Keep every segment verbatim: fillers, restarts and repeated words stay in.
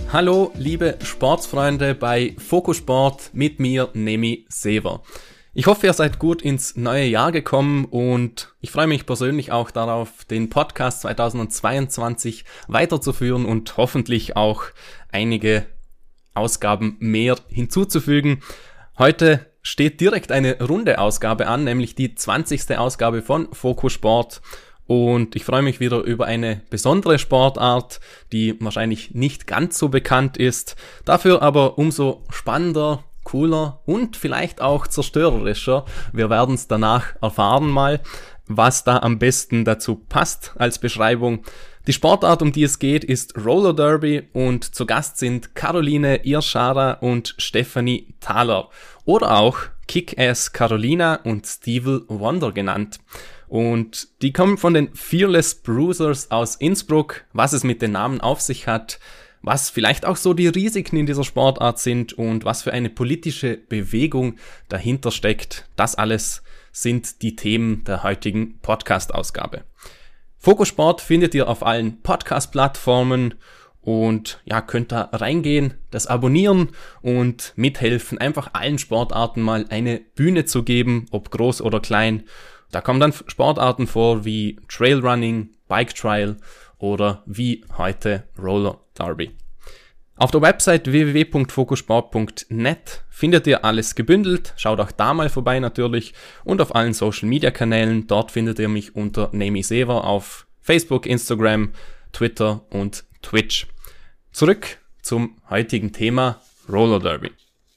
Hallo liebe Sportsfreunde bei Fokusport mit mir, Nemi Sever. Ich hoffe, ihr seid gut ins neue Jahr gekommen und ich freue mich persönlich auch darauf, den Podcast zweitausendzweiundzwanzig weiterzuführen und hoffentlich auch einige Ausgaben mehr hinzuzufügen. Heute steht direkt eine runde Ausgabe an, nämlich die zwanzigste Ausgabe von Fokusport. Und ich freue mich wieder über eine besondere Sportart, die wahrscheinlich nicht ganz so bekannt ist, dafür aber umso spannender, cooler und vielleicht auch zerstörerischer. Wir werden es danach erfahren mal, was da am besten dazu passt als Beschreibung. Die Sportart, um die es geht, ist Roller Derby und zu Gast sind Caroline Irschara und Stephanie Thaler oder auch Kick-Ass Carolina und Stevie Wonder genannt. Und die kommen von den Fearless Bruisers aus Innsbruck. Was es mit den Namen auf sich hat, was vielleicht auch so die Risiken in dieser Sportart sind und was für eine politische Bewegung dahinter steckt, das alles sind die Themen der heutigen Podcast-Ausgabe. Fokusport findet ihr auf allen Podcast-Plattformen und ja, könnt da reingehen, das abonnieren und mithelfen, einfach allen Sportarten mal eine Bühne zu geben, ob groß oder klein. Da kommen dann Sportarten vor wie Trailrunning, Bike Trial oder wie heute Roller Derby. Auf der Website w w w punkt fokusport punkt net findet ihr alles gebündelt. Schaut auch da mal vorbei natürlich und auf allen Social Media Kanälen. Dort findet ihr mich unter Nemi Sever auf Facebook, Instagram, Twitter und Twitch. Zurück zum heutigen Thema Roller Derby.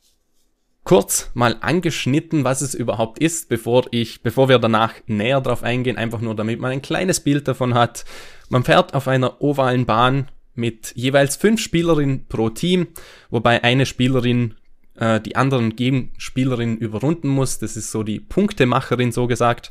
Kurz mal angeschnitten, was es überhaupt ist, bevor ich, bevor wir danach näher drauf eingehen, einfach nur damit man ein kleines Bild davon hat. Man fährt auf einer ovalen Bahn mit jeweils fünf Spielerinnen pro Team, wobei eine Spielerin äh, die anderen Gegenspielerinnen überrunden muss. Das ist so die Punktemacherin, so gesagt.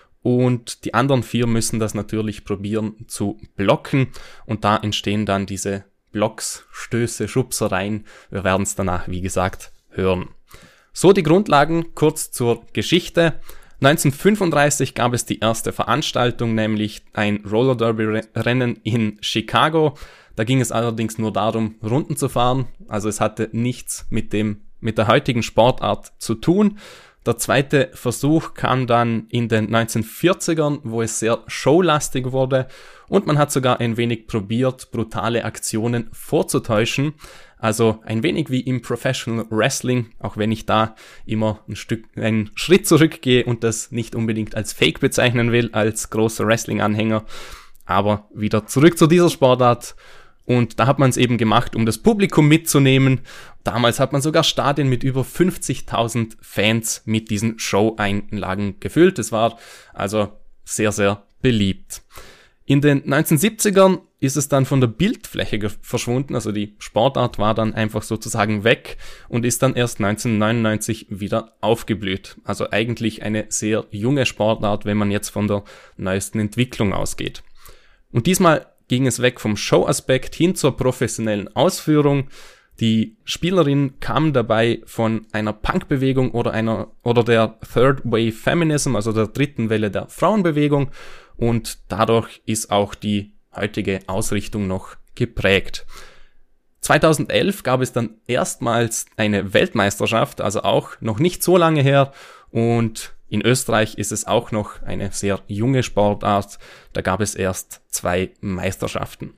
Und die anderen vier müssen das natürlich probieren zu blocken. Und da entstehen dann diese Blocks, Stöße, Schubsereien. Wir werden es danach, wie gesagt, hören. So die Grundlagen kurz zur Geschichte. neunzehnhundertfünfunddreißig gab es die erste Veranstaltung, nämlich ein Roller Derby Rennen in Chicago. Da ging es allerdings nur darum, Runden zu fahren. Also es hatte nichts mit dem, mit der heutigen Sportart zu tun. Der zweite Versuch kam dann in den neunzehnhundertvierzigern, wo es sehr showlastig wurde. Und man hat sogar ein wenig probiert, brutale Aktionen vorzutäuschen. Also ein wenig wie im Professional Wrestling, auch wenn ich da immer ein Stück, einen Schritt zurückgehe und das nicht unbedingt als Fake bezeichnen will, als großer Wrestling-Anhänger. Aber wieder zurück zu dieser Sportart. Und da hat man es eben gemacht, um das Publikum mitzunehmen. Damals hat man sogar Stadien mit über fünfzigtausend Fans mit diesen Show-Einlagen gefüllt. Es war also sehr, sehr beliebt. In den neunzehnhundertsiebzigern ist es dann von der Bildfläche ge- verschwunden, also die Sportart war dann einfach sozusagen weg und ist dann erst neunzehnhundertneunundneunzig wieder aufgeblüht. Also eigentlich eine sehr junge Sportart, wenn man jetzt von der neuesten Entwicklung ausgeht. Und diesmal ging es weg vom Show-Aspekt hin zur professionellen Ausführung. Die Spielerinnen kamen dabei von einer Punk-Bewegung oder einer oder der Third Wave Feminism, also der dritten Welle der Frauenbewegung. Und dadurch ist auch die heutige Ausrichtung noch geprägt. zweitausendelf gab es dann erstmals eine Weltmeisterschaft, also auch noch nicht so lange her. Und in Österreich ist es auch noch eine sehr junge Sportart. Da gab es erst zwei Meisterschaften.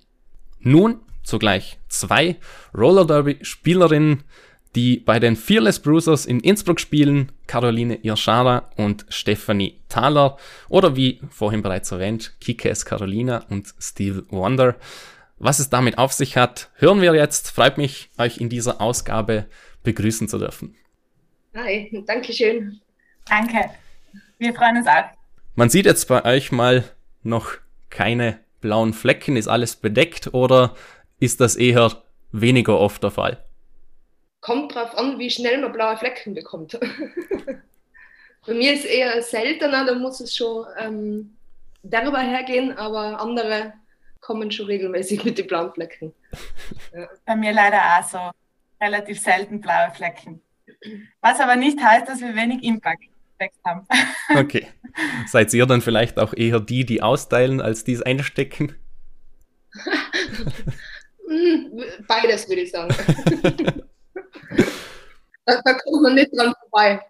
Nun zugleich zwei Roller Derby Spielerinnen, die bei den Fearless Bruisers in Innsbruck spielen, Caroline Irschara und Stephanie Thaler oder wie vorhin bereits erwähnt, Kick-Ass Carolina und Stevie Wonder. Was es damit auf sich hat, hören wir jetzt. Freut mich, euch in dieser Ausgabe begrüßen zu dürfen. Hi, danke schön. Danke, wir freuen uns auch. Man sieht jetzt bei euch mal noch keine blauen Flecken. Ist alles bedeckt oder ist das eher weniger oft der Fall? Kommt drauf an, wie schnell man blaue Flecken bekommt. Bei mir ist es eher seltener, da muss es schon ähm, darüber hergehen, aber andere kommen schon regelmäßig mit den blauen Flecken. Ja. Bei mir leider auch so relativ selten blaue Flecken. Was aber nicht heißt, dass wir wenig Impact haben. Okay. Seid ihr dann vielleicht auch eher die, die austeilen, als die es einstecken? Beides würde ich sagen. da, da kommt man nicht dran vorbei.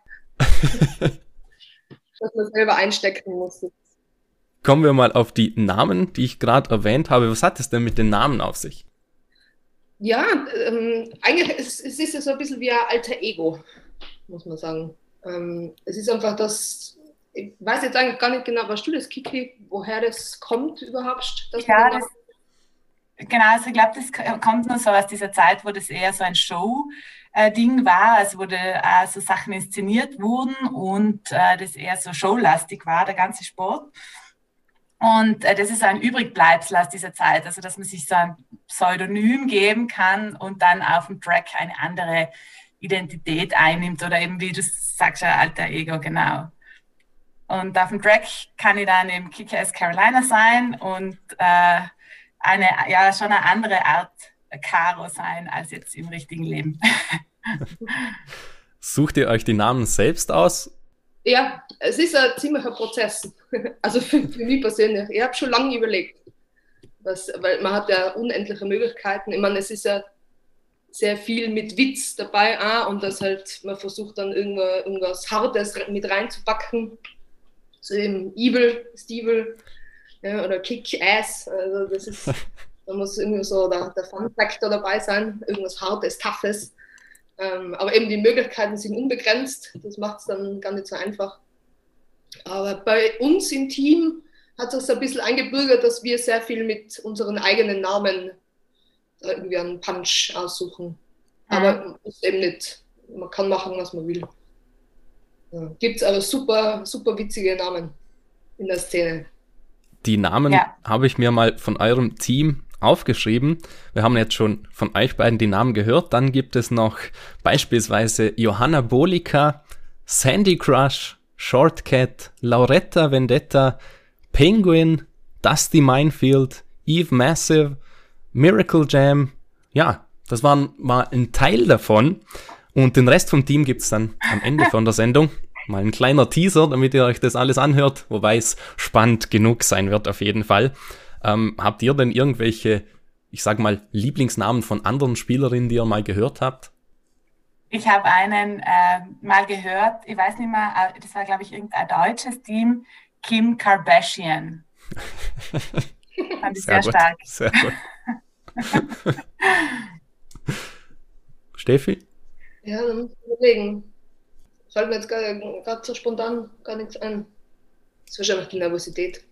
Dass man selber einstecken muss. Kommen wir mal auf die Namen, die ich gerade erwähnt habe. Was hat es denn mit den Namen auf sich? Ja, ähm, eigentlich ist es ist ja so ein bisschen wie ein alter Ego, muss man sagen. Ähm, es ist einfach das, ich weiß jetzt eigentlich gar nicht genau, was du das, Kiki, woher das kommt überhaupt? Dass Ja, man das, genau, also ich glaube, das kommt nur so aus dieser Zeit, wo das eher so ein Show-Ding war, also wo da, äh, so Sachen inszeniert wurden und äh, das eher so showlastig war, der ganze Sport. Und äh, das ist ein Übrigbleibsel aus dieser Zeit, also dass man sich so ein Pseudonym geben kann und dann auf dem Track eine andere Identität einnimmt oder eben, wie du sagst, ein alter Ego, genau. Und auf dem Track kann ich dann eben Kick-Ass Carolina sein und äh, eine, ja, schon eine andere Art Caro sein als jetzt im richtigen Leben. Sucht ihr euch die Namen selbst aus? Ja, es ist ein ziemlicher Prozess. Also für, für mich persönlich. Ich habe schon lange überlegt. Was, weil man hat ja unendliche Möglichkeiten. Ich meine, es ist ja sehr viel mit Witz dabei auch, und das halt, man versucht dann irgendwas, irgendwas Hartes mit reinzupacken. So eben Evil, Stevil, ja, oder Kick-Ass. Also das ist, da muss irgendwie so der, der Fun-Faktor dabei sein. Irgendwas Hartes, Toughes. Ähm, aber eben die Möglichkeiten sind unbegrenzt, das macht es dann gar nicht so einfach. Aber bei uns im Team hat es ein bisschen eingebürgert, dass wir sehr viel mit unseren eigenen Namen irgendwie einen Punch aussuchen. Aber ist eben nicht, man kann machen, was man will. Ja, gibt es aber super, super witzige Namen in der Szene. Die Namen ja. habe ich mir mal von eurem Team aufgeschrieben. Wir haben jetzt schon von euch beiden die Namen gehört. Dann gibt es noch beispielsweise Johanna Bolika, Sandy Crush, Shortcat, Lauretta Vendetta, Penguin, Dusty Minefield, Eve Massive, Miracle Jam. Ja, das war mal ein Teil davon. Und den Rest vom Team gibt es dann am Ende von der Sendung. Mal ein kleiner Teaser, damit ihr euch das alles anhört, wobei es spannend genug sein wird auf jeden Fall. Ähm, habt ihr denn irgendwelche, ich sag mal, Lieblingsnamen von anderen Spielerinnen, die ihr mal gehört habt? Ich habe einen äh, mal gehört, ich weiß nicht mehr, das war, glaube ich, irgendein deutsches Team, Kim Kardashian. Fand ich sehr, sehr stark. Sehr gut. Steffi? Ja, dann muss ich überlegen. Fällt mir jetzt gerade so spontan gar nichts ein. Das ist wahrscheinlich die Nervosität.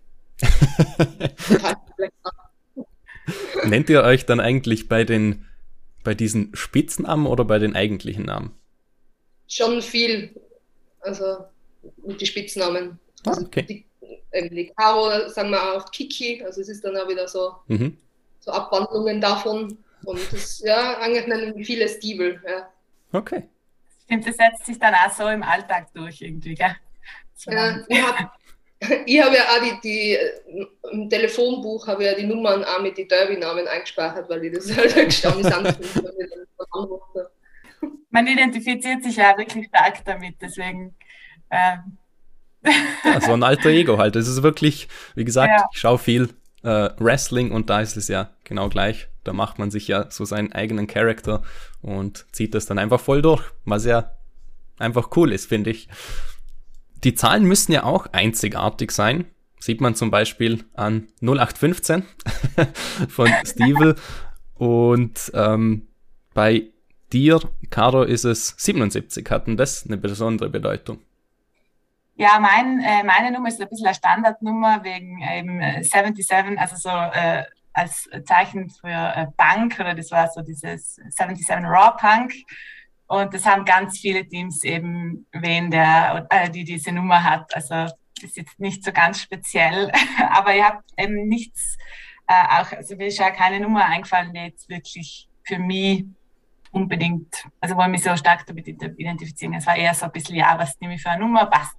Nennt ihr euch dann eigentlich bei den bei diesen Spitznamen oder bei den eigentlichen Namen? Schon viel. Also mit den Spitznamen. Also okay. Die, die Caro, sagen wir auch Kiki, also es ist dann auch wieder so, mhm. so Abwandlungen davon. Und das, ja, eigentlich nennen viele Stevil. Ja. Okay. Stimmt, das setzt sich dann auch so im Alltag durch irgendwie, gell? So ja, ich habe ich hab ja auch die, die, im Telefonbuch habe ich ja die Nummern auch mit den Derby-Namen eingespeichert, weil ich das halt amüsant finde. Man identifiziert sich ja wirklich stark damit, deswegen. Ähm. Ja, so ein alter Ego halt. Das ist wirklich, wie gesagt, ja. ich schaue viel äh, Wrestling und da ist es ja genau gleich. Da macht man sich ja so seinen eigenen Charakter und zieht das dann einfach voll durch, was ja einfach cool ist, finde ich. Die Zahlen müssen ja auch einzigartig sein. Sieht man zum Beispiel an null acht fünfzehn von Stevil. Und ähm, bei dir, Caro, ist es siebenundsiebzig. Hatten das eine besondere Bedeutung? Ja, mein, äh, meine Nummer ist ein bisschen eine Standardnummer wegen eben äh, siebenundsiebzig, also so äh, als Zeichen für äh, Punk, oder das war so dieses siebenundsiebzig Raw Punk. Und das haben ganz viele Teams eben, wen der, äh, die diese Nummer hat. Also das ist jetzt nicht so ganz speziell, aber ihr habt eben nichts, äh, auch, also mir ist ja keine Nummer eingefallen, die jetzt wirklich für mich unbedingt, also wo ich mich so stark damit identifizieren. Es war eher so ein bisschen, ja, was nehme ich für eine Nummer, passt.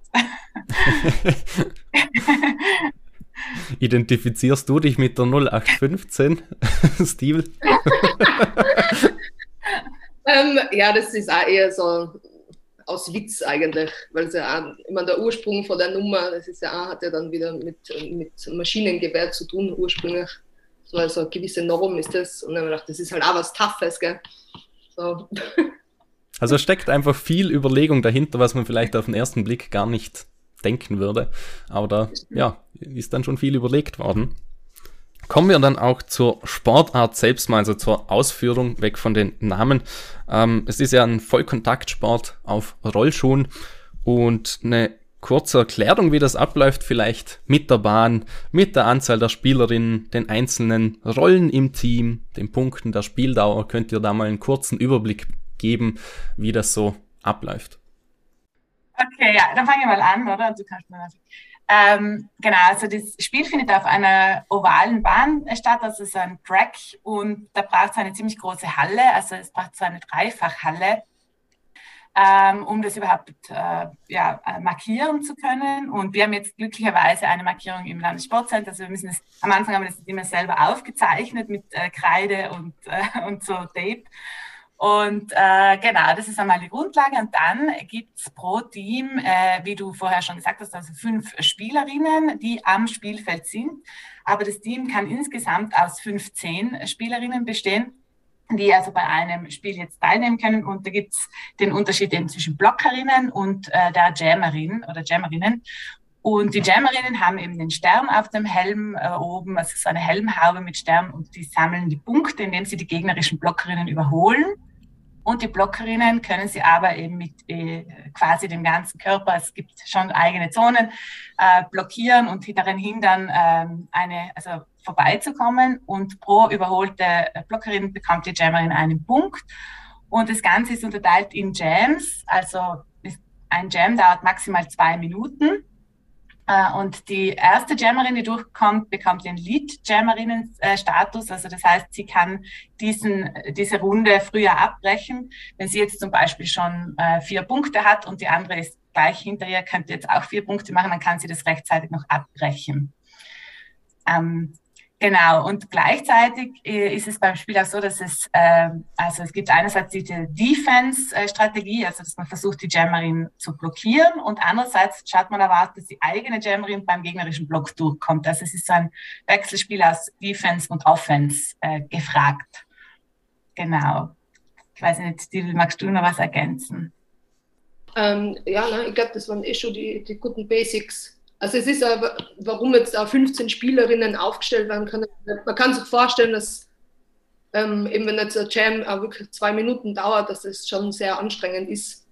Identifizierst du dich mit der null acht fünfzehn, Steve? ähm, ja, das ist auch eher so aus Witz eigentlich, weil es ja auch, ich meine, der Ursprung von der Nummer, das ist ja auch, hat ja dann wieder mit, mit Maschinengewehr zu tun ursprünglich. So also eine gewisse Norm ist das. Und dann habe ich gedacht, das ist halt auch was Toughes, gell. So. Also steckt einfach viel Überlegung dahinter, was man vielleicht auf den ersten Blick gar nicht denken würde. Aber da, ja, ist dann schon viel überlegt worden. Kommen wir dann auch zur Sportart selbst mal, also zur Ausführung, weg von den Namen. Ähm, es ist ja ein Vollkontaktsport auf Rollschuhen und eine kurze Erklärung, wie das abläuft, vielleicht mit der Bahn, mit der Anzahl der Spielerinnen, den einzelnen Rollen im Team, den Punkten der Spieldauer. Könnt ihr da mal einen kurzen Überblick geben, wie das so abläuft? Okay, ja, dann fange ich mal an, oder? Du kannst mal ähm, genau, also das Spiel findet auf einer ovalen Bahn statt, also so ein Track, und da braucht es eine ziemlich große Halle, also es braucht so eine Dreifachhalle, ähm, um das überhaupt äh, ja, markieren zu können. Und wir haben jetzt glücklicherweise eine Markierung im Landessportzentrum, also wir müssen das, am Anfang haben wir das immer selber aufgezeichnet mit äh, Kreide und, äh, und so Tape. Und äh, genau, das ist einmal die Grundlage. Und dann gibt es pro Team, äh, wie du vorher schon gesagt hast, also fünf Spielerinnen, die am Spielfeld sind. Aber das Team kann insgesamt aus fünfzehn Spielerinnen bestehen, die also bei einem Spiel jetzt teilnehmen können. Und da gibt es den Unterschied eben zwischen Blockerinnen und äh, der Jammerin oder Jammerinnen. Und die Jammerinnen haben eben den Stern auf dem Helm äh, oben, also so eine Helmhaube mit Stern, und die sammeln die Punkte, indem sie die gegnerischen Blockerinnen überholen. Und die Blockerinnen können sie aber eben mit äh, quasi dem ganzen Körper, es gibt schon eigene Zonen, äh, blockieren und daran hindern, äh, eine, also vorbeizukommen. Und pro überholte Blockerin bekommt die Jammerin einen Punkt. Und das Ganze ist unterteilt in Jams, also ein Jam dauert maximal zwei Minuten. Und die erste Jammerin, die durchkommt, bekommt den Lead-Jammerinnen-Status. Also das heißt, sie kann diesen, diese Runde früher abbrechen. Wenn sie jetzt zum Beispiel schon äh, vier Punkte hat und die andere ist gleich hinter ihr, könnte jetzt auch vier Punkte machen, dann kann sie das rechtzeitig noch abbrechen. Ähm, Genau, und gleichzeitig äh, ist es beim Spiel auch so, dass es, äh, also es gibt einerseits diese Defense-Strategie, also dass man versucht, die Jammerin zu blockieren, und andererseits schaut man aber auch, dass die eigene Jammerin beim gegnerischen Block durchkommt. Also es ist so ein Wechselspiel aus Defense und Offense äh, gefragt. Genau. Ich weiß nicht, Steve, magst du noch was ergänzen? Ähm, ja, ne, ich glaube, das waren eh schon die, die guten Basics. Also es ist aber, warum jetzt da fünfzehn Spielerinnen aufgestellt werden können. Man kann sich vorstellen, dass ähm, eben wenn jetzt der Jam auch wirklich zwei Minuten dauert, dass das schon sehr anstrengend ist.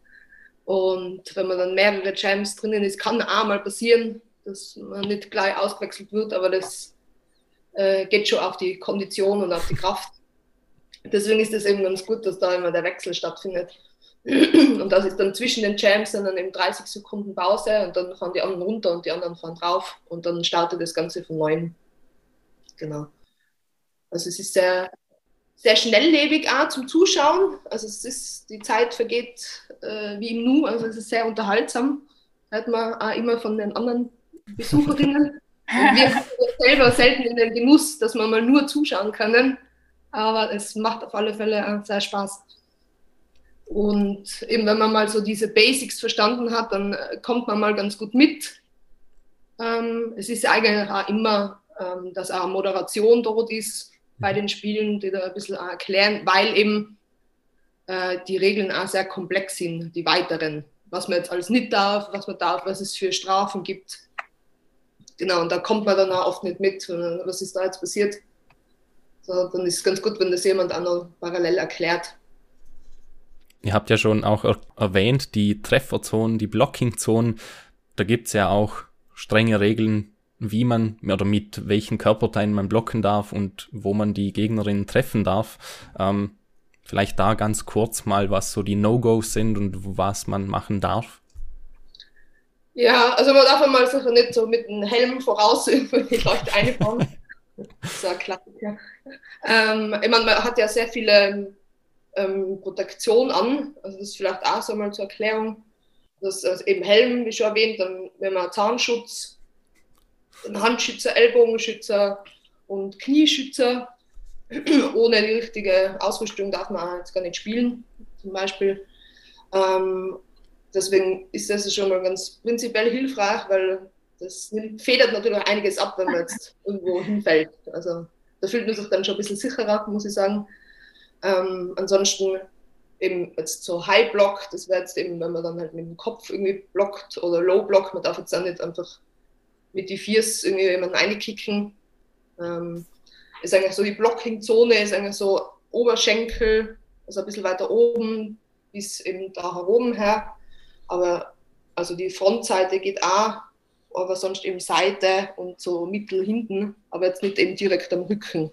Und wenn man dann mehrere Jams drinnen ist, kann auch mal passieren, dass man nicht gleich ausgewechselt wird, aber das äh, geht schon auf die Kondition und auf die Kraft. Deswegen ist es eben ganz gut, dass da immer der Wechsel stattfindet. Und das ist dann zwischen den Jams dann eben dreißig Sekunden Pause, und dann fahren die anderen runter und die anderen fahren drauf, und dann startet das Ganze von neuem. Genau. Also es ist sehr, sehr schnelllebig auch zum Zuschauen. Also es ist, die Zeit vergeht äh, wie im Nu, also es ist sehr unterhaltsam. Hört man auch immer von den anderen Besucherinnen. Und wir haben selber selten in den Genuss, dass wir mal nur zuschauen können. Aber es macht auf alle Fälle auch sehr Spaß. Und eben, wenn man mal so diese Basics verstanden hat, dann kommt man mal ganz gut mit. Ähm, es ist eigentlich auch immer, ähm, dass auch Moderation dort ist bei den Spielen, die da ein bisschen erklären, weil eben äh, die Regeln auch sehr komplex sind, die weiteren. Was man jetzt alles nicht darf, was man darf, was es für Strafen gibt. Genau, und da kommt man dann auch oft nicht mit, was ist da jetzt passiert. So, dann ist es ganz gut, wenn das jemand auch noch parallel erklärt. Ihr habt ja schon auch er- erwähnt, die Trefferzonen, die Blockingzonen. Da gibt's ja auch strenge Regeln, wie man oder mit welchen Körperteilen man blocken darf und wo man die Gegnerin treffen darf. Ähm, vielleicht da ganz kurz mal, was so die No-Gos sind und was man machen darf. Ja, also man darf einmal sicher nicht so mit einem Helm voraus über die Leute einfahren. Das ist ein Klassiker. Ähm, ich meine, man hat ja sehr viele ähm, Protektion an, also das ist vielleicht auch so mal zur Erklärung. Das ist eben Helm, wie schon erwähnt, dann wenn man Zahnschutz, einen Handschützer, Ellbogenschützer und Knieschützer. Ohne die richtige Ausrüstung darf man jetzt gar nicht spielen, zum Beispiel. Ähm, deswegen ist das schon mal ganz prinzipiell hilfreich, weil das federt natürlich einiges ab, wenn man jetzt irgendwo hinfällt. Also da fühlt man sich dann schon ein bisschen sicherer, muss ich sagen. Ähm, ansonsten eben jetzt so High Block, das wäre jetzt eben, wenn man dann halt mit dem Kopf irgendwie blockt oder Low Block, man darf jetzt auch nicht einfach mit die Viers irgendwie jemanden reinkicken. Ähm, ist eigentlich so die Blocking-Zone, ist eigentlich so Oberschenkel, also ein bisschen weiter oben, bis eben da herum her. Aber also die Frontseite geht auch, aber sonst eben Seite und so mittel hinten, aber jetzt nicht eben direkt am Rücken.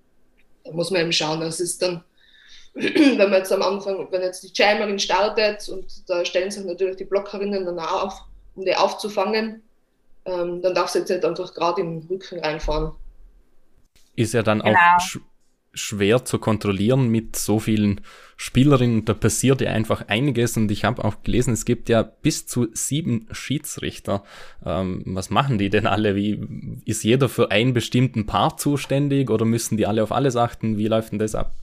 Da muss man eben schauen. Das ist dann, wenn man jetzt am Anfang, wenn jetzt die Jammerin startet und da stellen sich natürlich die Blockerinnen dann auch auf, um die aufzufangen, ähm, dann darf sie jetzt nicht einfach gerade im Rücken reinfahren. Ist ja dann genau. auch sch- schwer zu kontrollieren mit so vielen Spielerinnen. Da passiert ja einfach einiges und ich habe auch gelesen, es gibt ja bis zu sieben Schiedsrichter. Ähm, was machen die denn alle? Wie ist jeder für einen bestimmten Part zuständig oder müssen die alle auf alles achten? Wie läuft denn das ab?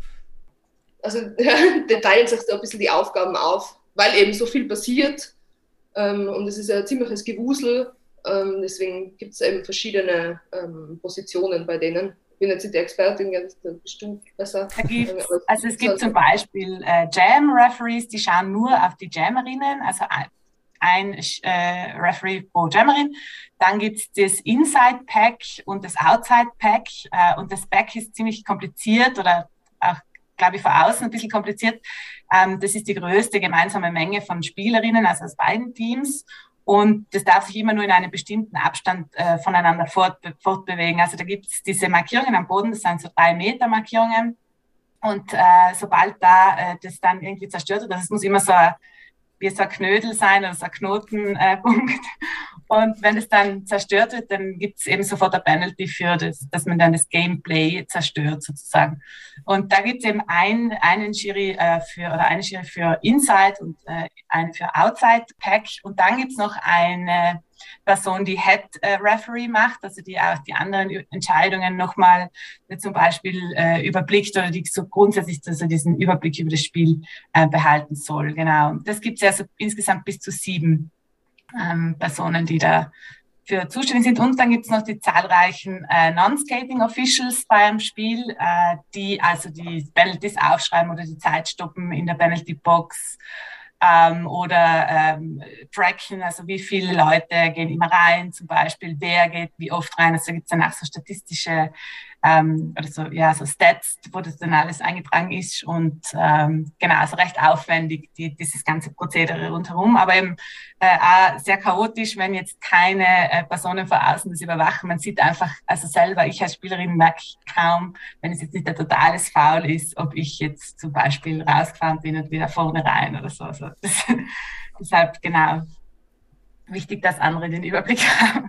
Also die teilen sich da ein bisschen die Aufgaben auf, weil eben so viel passiert ähm, und es ist ja ein ziemliches Gewusel. Ähm, deswegen gibt es eben verschiedene ähm, Positionen bei denen. Ich bin jetzt nicht die Expertin, das bist du besser. Also es gibt zum Beispiel äh, Jam-Referees, die schauen nur auf die Jammerinnen, also ein, ein äh, Referee pro Jammerin. Dann gibt es das Inside-Pack und das Outside-Pack. Äh, und das Pack ist ziemlich kompliziert oder auch, glaube ich, von außen ein bisschen kompliziert. Ähm, das ist die größte gemeinsame Menge von Spielerinnen, also aus beiden Teams. Und das darf sich immer nur in einem bestimmten Abstand äh, voneinander fortbe- fortbewegen. Also da gibt es diese Markierungen am Boden, das sind so drei Meter Markierungen. Und äh, sobald da äh, das dann irgendwie zerstört wird, also es muss immer so ein, wie so ein Knödel sein oder so ein Knotenpunkt. Äh, und wenn es dann zerstört wird, dann gibt es eben sofort ein Penalty für das, dass man dann das Gameplay zerstört sozusagen. Und da gibt es eben ein, einen Schiri äh, für oder eine Schiri für Inside und äh, einen für Outside Pack. Und dann gibt es noch eine Person, die Head äh, Referee macht, also die auch die anderen Entscheidungen nochmal äh, zum Beispiel äh, überblickt oder die so grundsätzlich also diesen Überblick über das Spiel äh, behalten soll. Genau. Und das gibt es ja so insgesamt bis zu sieben ähm, Personen, die da für zuständig sind. Und dann gibt es noch die zahlreichen äh, Non-Skating Officials beim Spiel, äh, die also die Penalties aufschreiben oder die Zeit stoppen in der Penalty Box. Ähm, oder ähm, tracken, also wie viele Leute gehen immer rein, zum Beispiel, wer geht wie oft rein. Also gibt es dann auch so statistische ähm, oder so, ja, so Stats, wo das dann alles eingetragen ist und ähm, genau, also recht aufwendig, die, dieses ganze Prozedere rundherum, aber eben äh, auch sehr chaotisch, wenn jetzt keine äh, Personen von außen das überwachen. Man sieht einfach, also selber, ich als Spielerin merke kaum, wenn es jetzt nicht ein totales Foul ist, ob ich jetzt zum Beispiel rausgefahren bin und wieder vorne rein oder so. Also das, deshalb, genau, wichtig, dass andere den Überblick haben.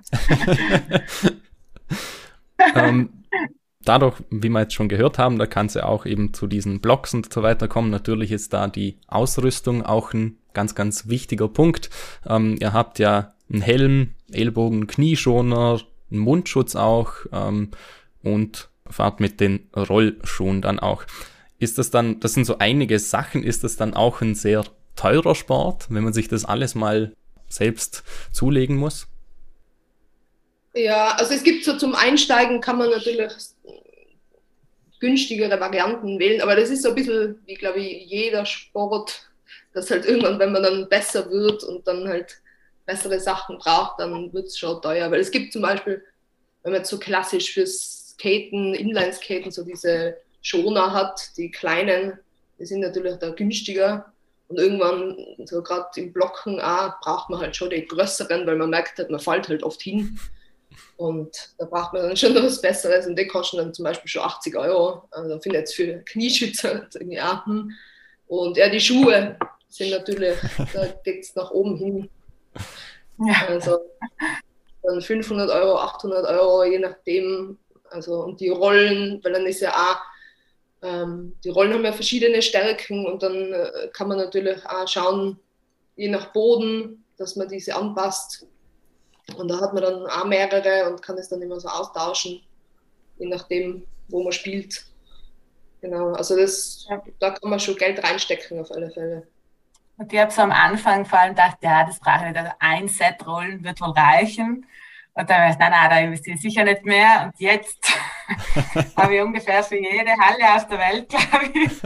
ähm, dadurch, wie wir jetzt schon gehört haben, da kann es ja auch eben zu diesen Blocks und so weiter kommen. Natürlich ist da die Ausrüstung auch ein ganz, ganz wichtiger Punkt. Ähm, ihr habt ja einen Helm, Ellbogen, Knieschoner, einen Mundschutz auch ähm, und fahrt mit den Rollschuhen dann auch. Ist das dann, das sind so einige Sachen, ist das dann auch ein sehr teurer Sport, wenn man sich das alles mal selbst zulegen muss? Ja, also es gibt so zum Einsteigen kann man natürlich günstigere Varianten wählen, aber das ist so ein bisschen wie, glaube ich, jeder Sport, dass halt irgendwann, wenn man dann besser wird und dann halt bessere Sachen braucht, dann wird es schon teuer, weil es gibt zum Beispiel, wenn man jetzt so klassisch fürs Skaten, Inline-Skaten so diese Schoner hat, die kleinen, die sind natürlich da günstiger und irgendwann, so gerade im Blocken auch, braucht man halt schon die größeren, weil man merkt halt, man fällt halt oft hin. Und da braucht man dann schon noch was Besseres und die kosten dann zum Beispiel schon achtzig Euro. Also da finde ich jetzt für Knieschützer irgendwie auch. Und ja, die Schuhe sind natürlich, da geht es nach oben hin. Ja. Also dann fünfhundert Euro, achthundert Euro, je nachdem. Also und die Rollen, weil dann ist ja auch, ähm, die Rollen haben ja verschiedene Stärken und dann äh, kann man natürlich auch schauen, je nach Boden, dass man diese anpasst. Und da hat man dann auch mehrere und kann es dann immer so austauschen, je nachdem, wo man spielt. Genau, also das, ja. Da kann man schon Geld reinstecken auf alle Fälle. Und ich habe so am Anfang vor allem gedacht, ja, das brauche ich nicht. Also ein Set Rollen wird wohl reichen. Und dann habe ich, nein, nein, da investiere ich sicher nicht mehr. Und jetzt habe ich ungefähr für jede Halle auf der Welt, glaube ich,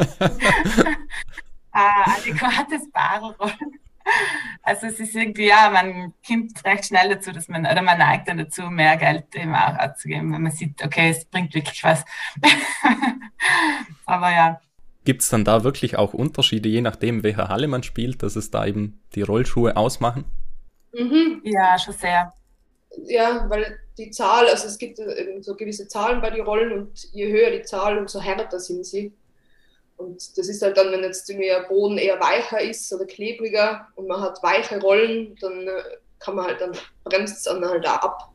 ein adäquates Barrollen. Also es ist irgendwie, ja, man kommt recht schnell dazu, dass man, oder man neigt dann dazu, mehr Geld eben auch auszugeben, wenn man sieht, okay, es bringt wirklich was. Aber ja. Gibt es dann da wirklich auch Unterschiede, je nachdem, welche Halle man spielt, dass es da eben die Rollschuhe ausmachen? Mhm. Ja, schon sehr. Ja, weil die Zahl, also es gibt eben so gewisse Zahlen bei den Rollen und je höher die Zahl, umso härter sind sie. Und das ist halt dann, wenn jetzt irgendwie der Boden eher weicher ist oder klebriger und man hat weiche Rollen, dann kann man halt, dann bremst es dann halt auch ab.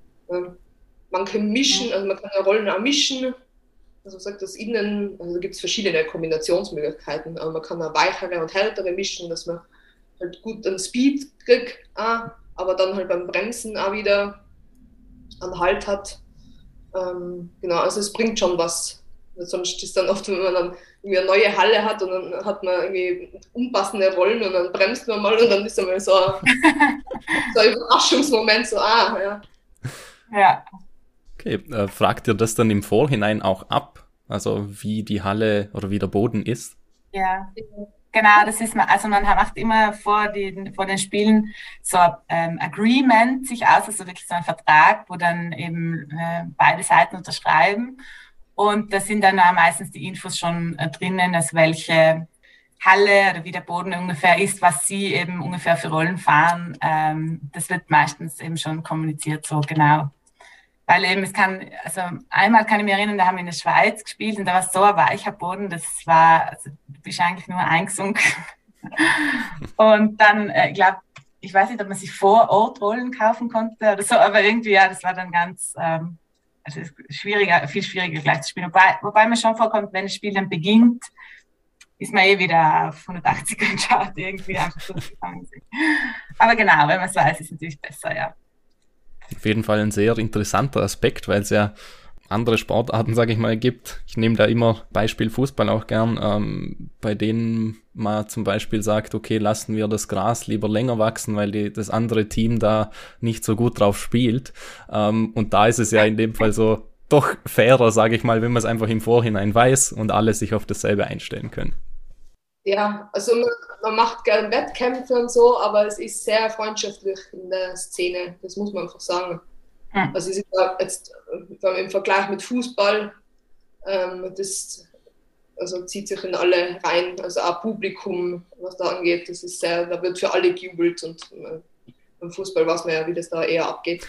Man kann mischen, also man kann ja Rollen auch mischen. Also sagt das innen, also da gibt es verschiedene Kombinationsmöglichkeiten, aber man kann auch weichere und härtere mischen, dass man halt gut an Speed kriegt, auch, aber dann halt beim Bremsen auch wieder an Halt hat. Ähm, genau, also es bringt schon was. Sonst ist dann oft, wenn man dann irgendwie eine neue Halle hat und dann hat man irgendwie unpassende Rollen und dann bremst man mal und dann ist einmal so ein, so ein Überraschungsmoment, so, ah, ja. Ja. Okay, äh, fragt ihr das dann im Vorhinein auch ab? Also wie die Halle oder wie der Boden ist? Ja, genau, das ist man, also man macht immer vor den, vor den Spielen so ein ähm, Agreement sich aus, also wirklich so ein Vertrag, wo dann eben äh, beide Seiten unterschreiben. Und da sind dann auch meistens die Infos schon äh, drinnen, also welche Halle oder wie der Boden ungefähr ist, was sie eben ungefähr für Rollen fahren. Ähm, das wird meistens eben schon kommuniziert, so genau. Weil eben es kann, also einmal kann ich mich erinnern, da haben wir in der Schweiz gespielt und da war so ein weicher Boden, das war, also du bist eigentlich nur eingesunken. Und dann, äh, ich glaube, ich weiß nicht, ob man sich vor Ort Rollen kaufen konnte oder so, aber irgendwie, ja, das war dann ganz, ähm, also schwieriger, viel schwieriger gleich zu spielen. Wobei, wobei mir schon vorkommt, wenn das Spiel dann beginnt, ist man eh wieder auf hundertachtzig und schaut irgendwie einfach so zusammen. Aber genau, wenn man es weiß, ist es natürlich besser, ja. Auf jeden Fall ein sehr interessanter Aspekt, weil es ja andere Sportarten, sage ich mal, gibt. Ich nehme da immer Beispiel Fußball auch gern, ähm, bei denen man zum Beispiel sagt, okay, lassen wir das Gras lieber länger wachsen, weil die, das andere Team da nicht so gut drauf spielt. Ähm, und da ist es ja in dem Fall so doch fairer, sage ich mal, wenn man es einfach im Vorhinein weiß und alle sich auf dasselbe einstellen können. Ja, also man, man macht gerne Wettkämpfe und so, aber es ist sehr freundschaftlich in der Szene, das muss man einfach sagen. Mhm. Also es ist jetzt im Vergleich mit Fußball, ähm, das also zieht sich in alle rein, also auch Publikum, was da angeht, das ist sehr, da wird für alle gejubelt und äh, beim Fußball weiß man ja, wie das da eher abgeht.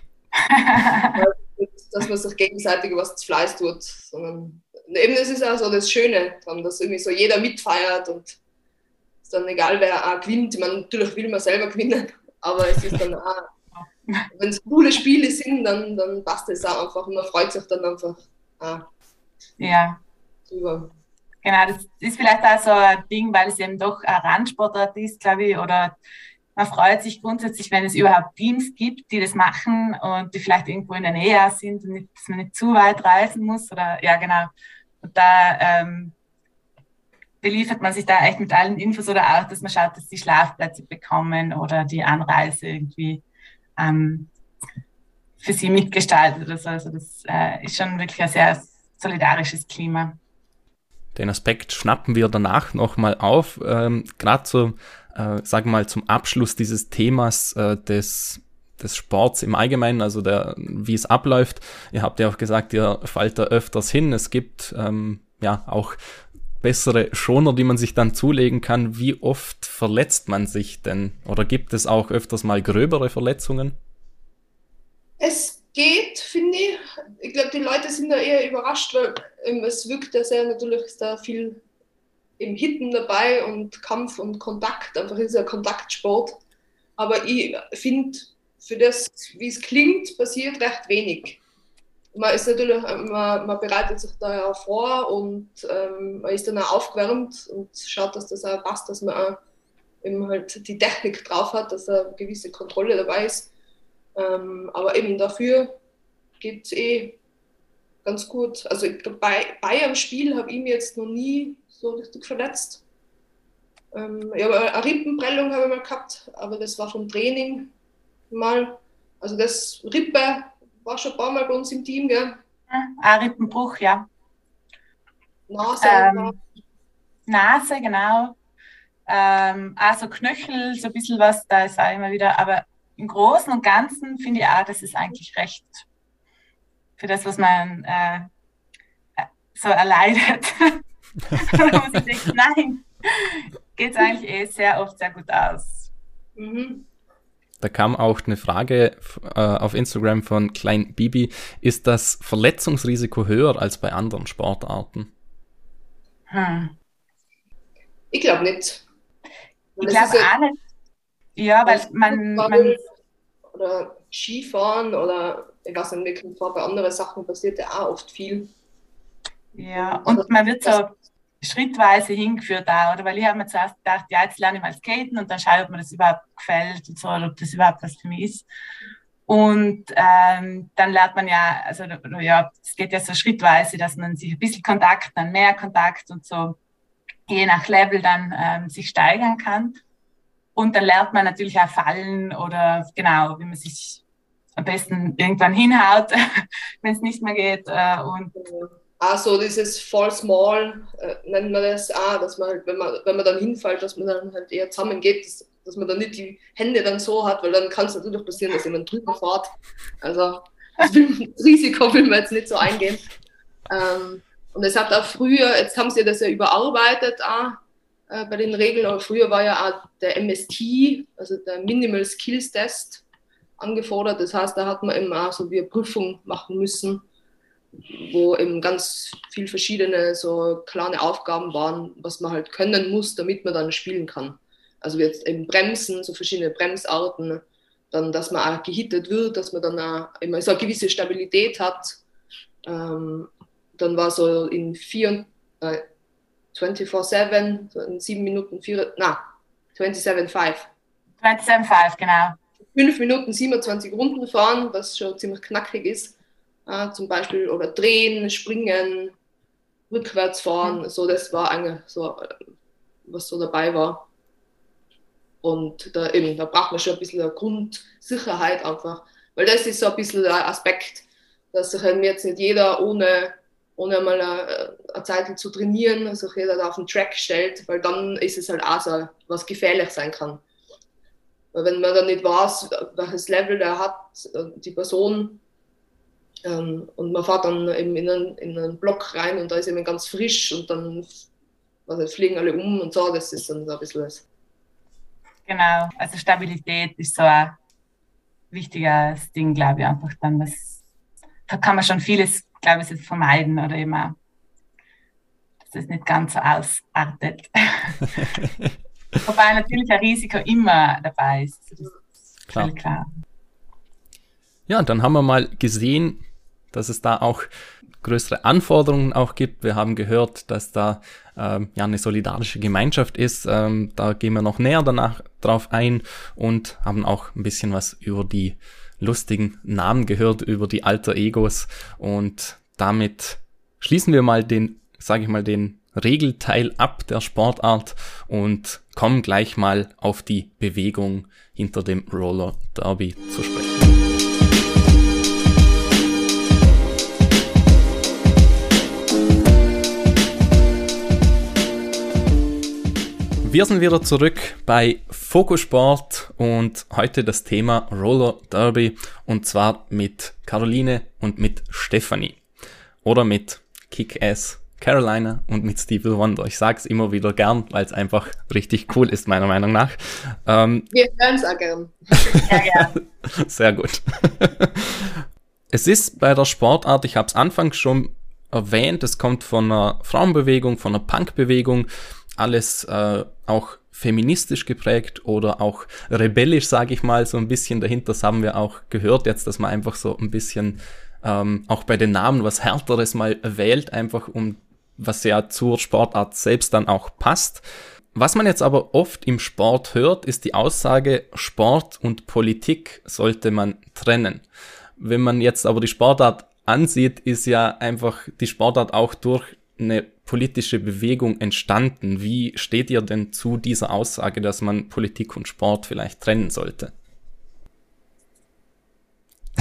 Dass man sich gegenseitig was zu Fleiß tut, sondern eben das ist auch so das Schöne dran, dass irgendwie so jeder mitfeiert und es ist dann egal, wer auch gewinnt. Ich meine, natürlich will man selber gewinnen, aber es ist dann auch, wenn es coole Spiele sind, dann, dann passt es auch einfach und man freut sich dann einfach auch ja. drüber. Genau, das ist vielleicht auch so ein Ding, weil es eben doch ein Randsportart ist, glaube ich, oder man freut sich grundsätzlich, wenn es überhaupt Teams gibt, die das machen und die vielleicht irgendwo in der Nähe sind und nicht, dass man nicht zu weit reisen muss. Oder ja, genau. Und da ähm, beliefert man sich da echt mit allen Infos oder auch, dass man schaut, dass die Schlafplätze bekommen oder die Anreise irgendwie ähm, für sie mitgestaltet oder so. Also das äh, ist schon wirklich ein sehr solidarisches Klima. Den Aspekt schnappen wir danach nochmal auf, ähm, gerade so, äh, sagen wir mal, zum Abschluss dieses Themas äh, des, des Sports im Allgemeinen, also der, wie es abläuft. Ihr habt ja auch gesagt, ihr fallt da öfters hin. Es gibt ähm, ja auch bessere Schoner, die man sich dann zulegen kann. Wie oft verletzt man sich denn? Oder gibt es auch öfters mal gröbere Verletzungen? Es geht, finde ich. Ich glaube, die Leute sind da eher überrascht, weil ähm, es wirkt ja sehr, natürlich ist da viel im Hitten dabei und Kampf und Kontakt, einfach ist ja Kontaktsport. Aber ich finde, für das, wie es klingt, passiert recht wenig. Man ist natürlich, man, man bereitet sich da ja vor und ähm, man ist dann auch aufgewärmt und schaut, dass das auch passt, dass man auch eben halt die Technik drauf hat, dass da eine gewisse Kontrolle dabei ist. Ähm, aber eben dafür geht es eh ganz gut. Also ich glaube, bei, bei einem Spiel habe ich mich jetzt noch nie so richtig verletzt. Ähm, ja, eine Rippenprellung habe ich mal gehabt, aber das war vom Training mal. Also das Rippe war schon ein paar Mal bei uns im Team, gell? Ah, Rippenbruch, ja. Nase. Ähm, Nase, genau. Ähm, also Knöchel, so ein bisschen was, da ist auch immer wieder, aber im Großen und Ganzen finde ich auch, das ist eigentlich recht für das, was man äh, so erleidet. Da muss ich denken, nein, geht es eigentlich eh sehr oft sehr gut aus. Mhm. Da kam auch eine Frage äh, auf Instagram von Klein Bibi. Ist das Verletzungsrisiko höher als bei anderen Sportarten? Hm. Ich glaube nicht. Ich glaube auch nicht. Ja, weil man, man... Oder Skifahren oder ich weiß nicht, wirklich bei anderen Sachen passiert ja auch oft viel. Ja, und man wird so schrittweise hingeführt auch, oder? Weil ich habe mir zuerst gedacht, ja, jetzt lerne ich mal Skaten und dann schaue ich, ob mir das überhaupt gefällt und so, oder ob das überhaupt was für mich ist. Und ähm, dann lernt man ja, also ja, es geht ja so schrittweise, dass man sich ein bisschen Kontakt, dann mehr Kontakt und so je nach Level dann ähm, sich steigern kann. Und dann lernt man natürlich auch fallen oder genau, wie man sich am besten irgendwann hinhaut, wenn es nicht mehr geht. Äh, und also dieses Fall Small äh, nennt man das auch, dass man halt, wenn man, wenn man dann hinfällt, dass man dann halt eher zusammengeht, dass, dass man dann nicht die Hände dann so hat, weil dann kann es natürlich passieren, dass jemand drüber fährt. Also das, will, das Risiko will man jetzt nicht so eingehen. Ähm, und es hat auch früher, jetzt haben sie das ja überarbeitet auch, äh, bei den Regeln, aber früher war ja auch der M S T, also der Minimal Skills Test, angefordert. Das heißt, da hat man eben auch so wie eine Prüfung machen müssen, wo eben ganz viel verschiedene so kleine Aufgaben waren, was man halt können muss, damit man dann spielen kann. Also jetzt eben Bremsen, so verschiedene Bremsarten, dann, dass man auch gehittet wird, dass man dann auch immer so eine gewisse Stabilität hat. Ähm, dann war so in vier, äh, vierundzwanzig sieben, so in sieben Minuten, vier, na, siebenundzwanzig fünf. siebenundzwanzig fünf, genau. fünf Minuten siebenundzwanzig Runden fahren, was schon ziemlich knackig ist. Äh, zum Beispiel, oder drehen, springen, rückwärts fahren, so, das war eigentlich so, was so dabei war. Und da eben, da braucht man schon ein bisschen eine Grundsicherheit einfach, weil das ist so ein bisschen der Aspekt, dass sich halt jetzt nicht jeder ohne, ohne mal eine, eine Zeit zu trainieren, sich jeder da auf den Track stellt, weil dann ist es halt auch so, was gefährlich sein kann. Weil wenn man dann nicht weiß, welches Level der hat, die Person, Ähm, und man fährt dann eben in einen, in einen Block rein und da ist eben ganz frisch und dann also fliegen alle um und so, das ist dann so ein bisschen das. Genau, also Stabilität ist so ein wichtiges Ding, glaube ich, einfach dann, das, da kann man schon vieles, glaube ich, vermeiden oder eben auch, dass das nicht ganz so ausartet. Wobei natürlich ein Risiko immer dabei ist, das ist klar. völlig klar. Ja, dann haben wir mal gesehen, dass es da auch größere Anforderungen auch gibt. Wir haben gehört, dass da ähm, ja eine solidarische Gemeinschaft ist. Ähm, da gehen wir noch näher danach drauf ein und haben auch ein bisschen was über die lustigen Namen gehört, über die Alter Egos. Und damit schließen wir mal den, sage ich mal, den Regelteil ab der Sportart und kommen gleich mal auf die Bewegung hinter dem Roller Derby zu sprechen. Wir sind wieder zurück bei Fokus Sport und heute das Thema Roller Derby und zwar mit Caroline und mit Stefanie oder mit Kick-Ass Carolina und mit Stevie Wonder. Ich sag's immer wieder gern, weil es einfach richtig cool ist, meiner Meinung nach. Ähm, Wir hören es auch gern. Ja, ja. Sehr gut. Es ist bei der Sportart, ich habe es anfangs schon erwähnt, es kommt von einer Frauenbewegung, von einer Punkbewegung, alles äh, auch feministisch geprägt oder auch rebellisch, sage ich mal, so ein bisschen dahinter. Das haben wir auch gehört jetzt, dass man einfach so ein bisschen ähm, auch bei den Namen was Härteres mal wählt, einfach um was ja zur Sportart selbst dann auch passt. Was man jetzt aber oft im Sport hört, ist die Aussage, Sport und Politik sollte man trennen. Wenn man jetzt aber die Sportart ansieht, ist ja einfach die Sportart auch durch eine politische Bewegung entstanden. Wie steht ihr denn zu dieser Aussage, dass man Politik und Sport vielleicht trennen sollte?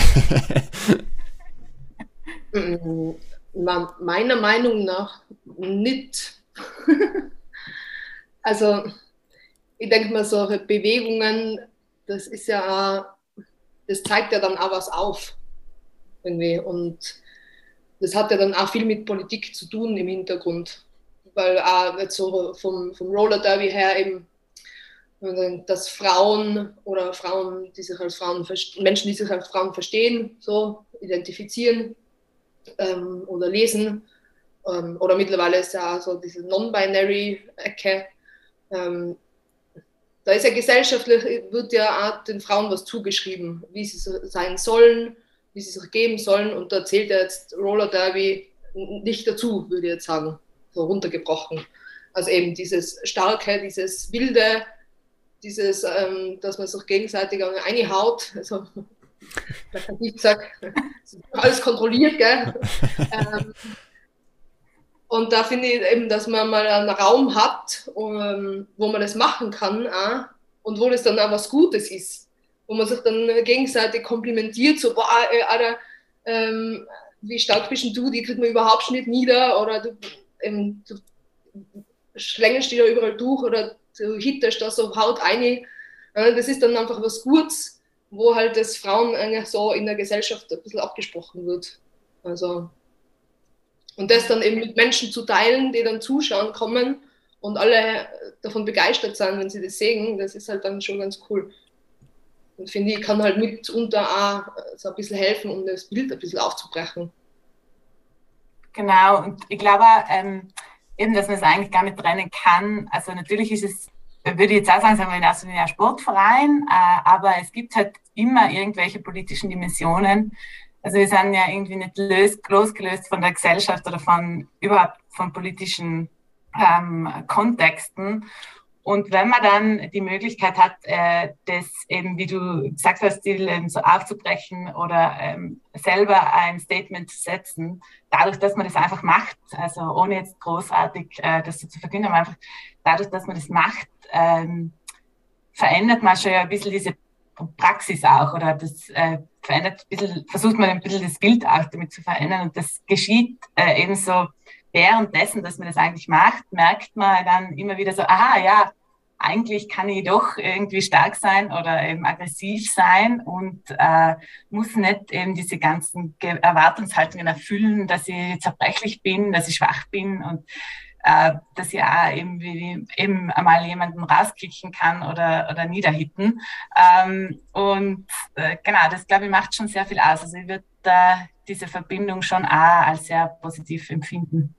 Meiner Meinung nach nicht. Also ich denke mal, solche Bewegungen, das ist ja, das zeigt ja dann auch was auf. Irgendwie. Und das hat ja dann auch viel mit Politik zu tun im Hintergrund. Weil auch jetzt so vom, vom Roller Derby her eben, dass Frauen oder Frauen, die sich als Frauen, Menschen, die sich als Frauen verstehen, so identifizieren ähm, oder lesen, ähm, oder mittlerweile ist ja auch so diese Non-Binary-Ecke, ähm, da ist ja gesellschaftlich, wird ja auch den Frauen was zugeschrieben, wie sie sein sollen, wie sie sich geben sollen, und da zählt ja jetzt Roller Derby nicht dazu, würde ich jetzt sagen, so runtergebrochen. Also eben dieses Starke, dieses Wilde, dieses, ähm, dass man sich gegenseitig reinhaut, also plakativ gesagt, alles kontrolliert, gell? ähm, und da finde ich eben, dass man mal einen Raum hat, um, wo man das machen kann auch, und wo das dann auch was Gutes ist, wo man sich dann gegenseitig komplimentiert, so, boah, ey, Alter, ähm, wie stark bist du, die kriegt man überhaupt nicht nieder, oder du, ähm, du schlängst dich da überall durch, oder du hitterst da so Haut rein. Das ist dann einfach was Gutes, wo halt das Frauen eigentlich so in der Gesellschaft ein bisschen abgesprochen wird. Also, und das dann eben mit Menschen zu teilen, die dann zuschauen kommen und alle davon begeistert sind, wenn sie das sehen, das ist halt dann schon ganz cool. Und finde ich, kann halt mitunter auch so ein bisschen helfen, um das Bild ein bisschen aufzubrechen. Genau, und ich glaube, ähm, eben, dass man es eigentlich gar nicht trennen kann. Also natürlich ist es, würde ich jetzt auch sagen, sagen wir in erster Linie ein Sportverein, äh, aber es gibt halt immer irgendwelche politischen Dimensionen. Also wir sind ja irgendwie nicht löst, losgelöst von der Gesellschaft oder von überhaupt von politischen ähm, Kontexten. Und wenn man dann die Möglichkeit hat, äh, das eben, wie du gesagt hast, eben so aufzubrechen oder ähm, selber ein Statement zu setzen, dadurch, dass man das einfach macht, also ohne jetzt großartig äh, das so zu verkünden, aber einfach dadurch, dass man das macht, ähm, verändert man schon ja ein bisschen diese Praxis auch, oder das äh, verändert ein bisschen, versucht man ein bisschen das Bild auch damit zu verändern, und das geschieht äh, eben so währenddessen, dass man das eigentlich macht, merkt man dann immer wieder so, aha, ja, eigentlich kann ich doch irgendwie stark sein oder eben aggressiv sein und äh, muss nicht eben diese ganzen Ge- Erwartungshaltungen erfüllen, dass ich zerbrechlich bin, dass ich schwach bin und äh, dass ich auch eben, wie, eben einmal jemanden rauskicken kann oder, oder niederhitten. Ähm, und äh, genau, das glaube ich macht schon sehr viel aus. Also ich würde äh, diese Verbindung schon auch als sehr positiv empfinden.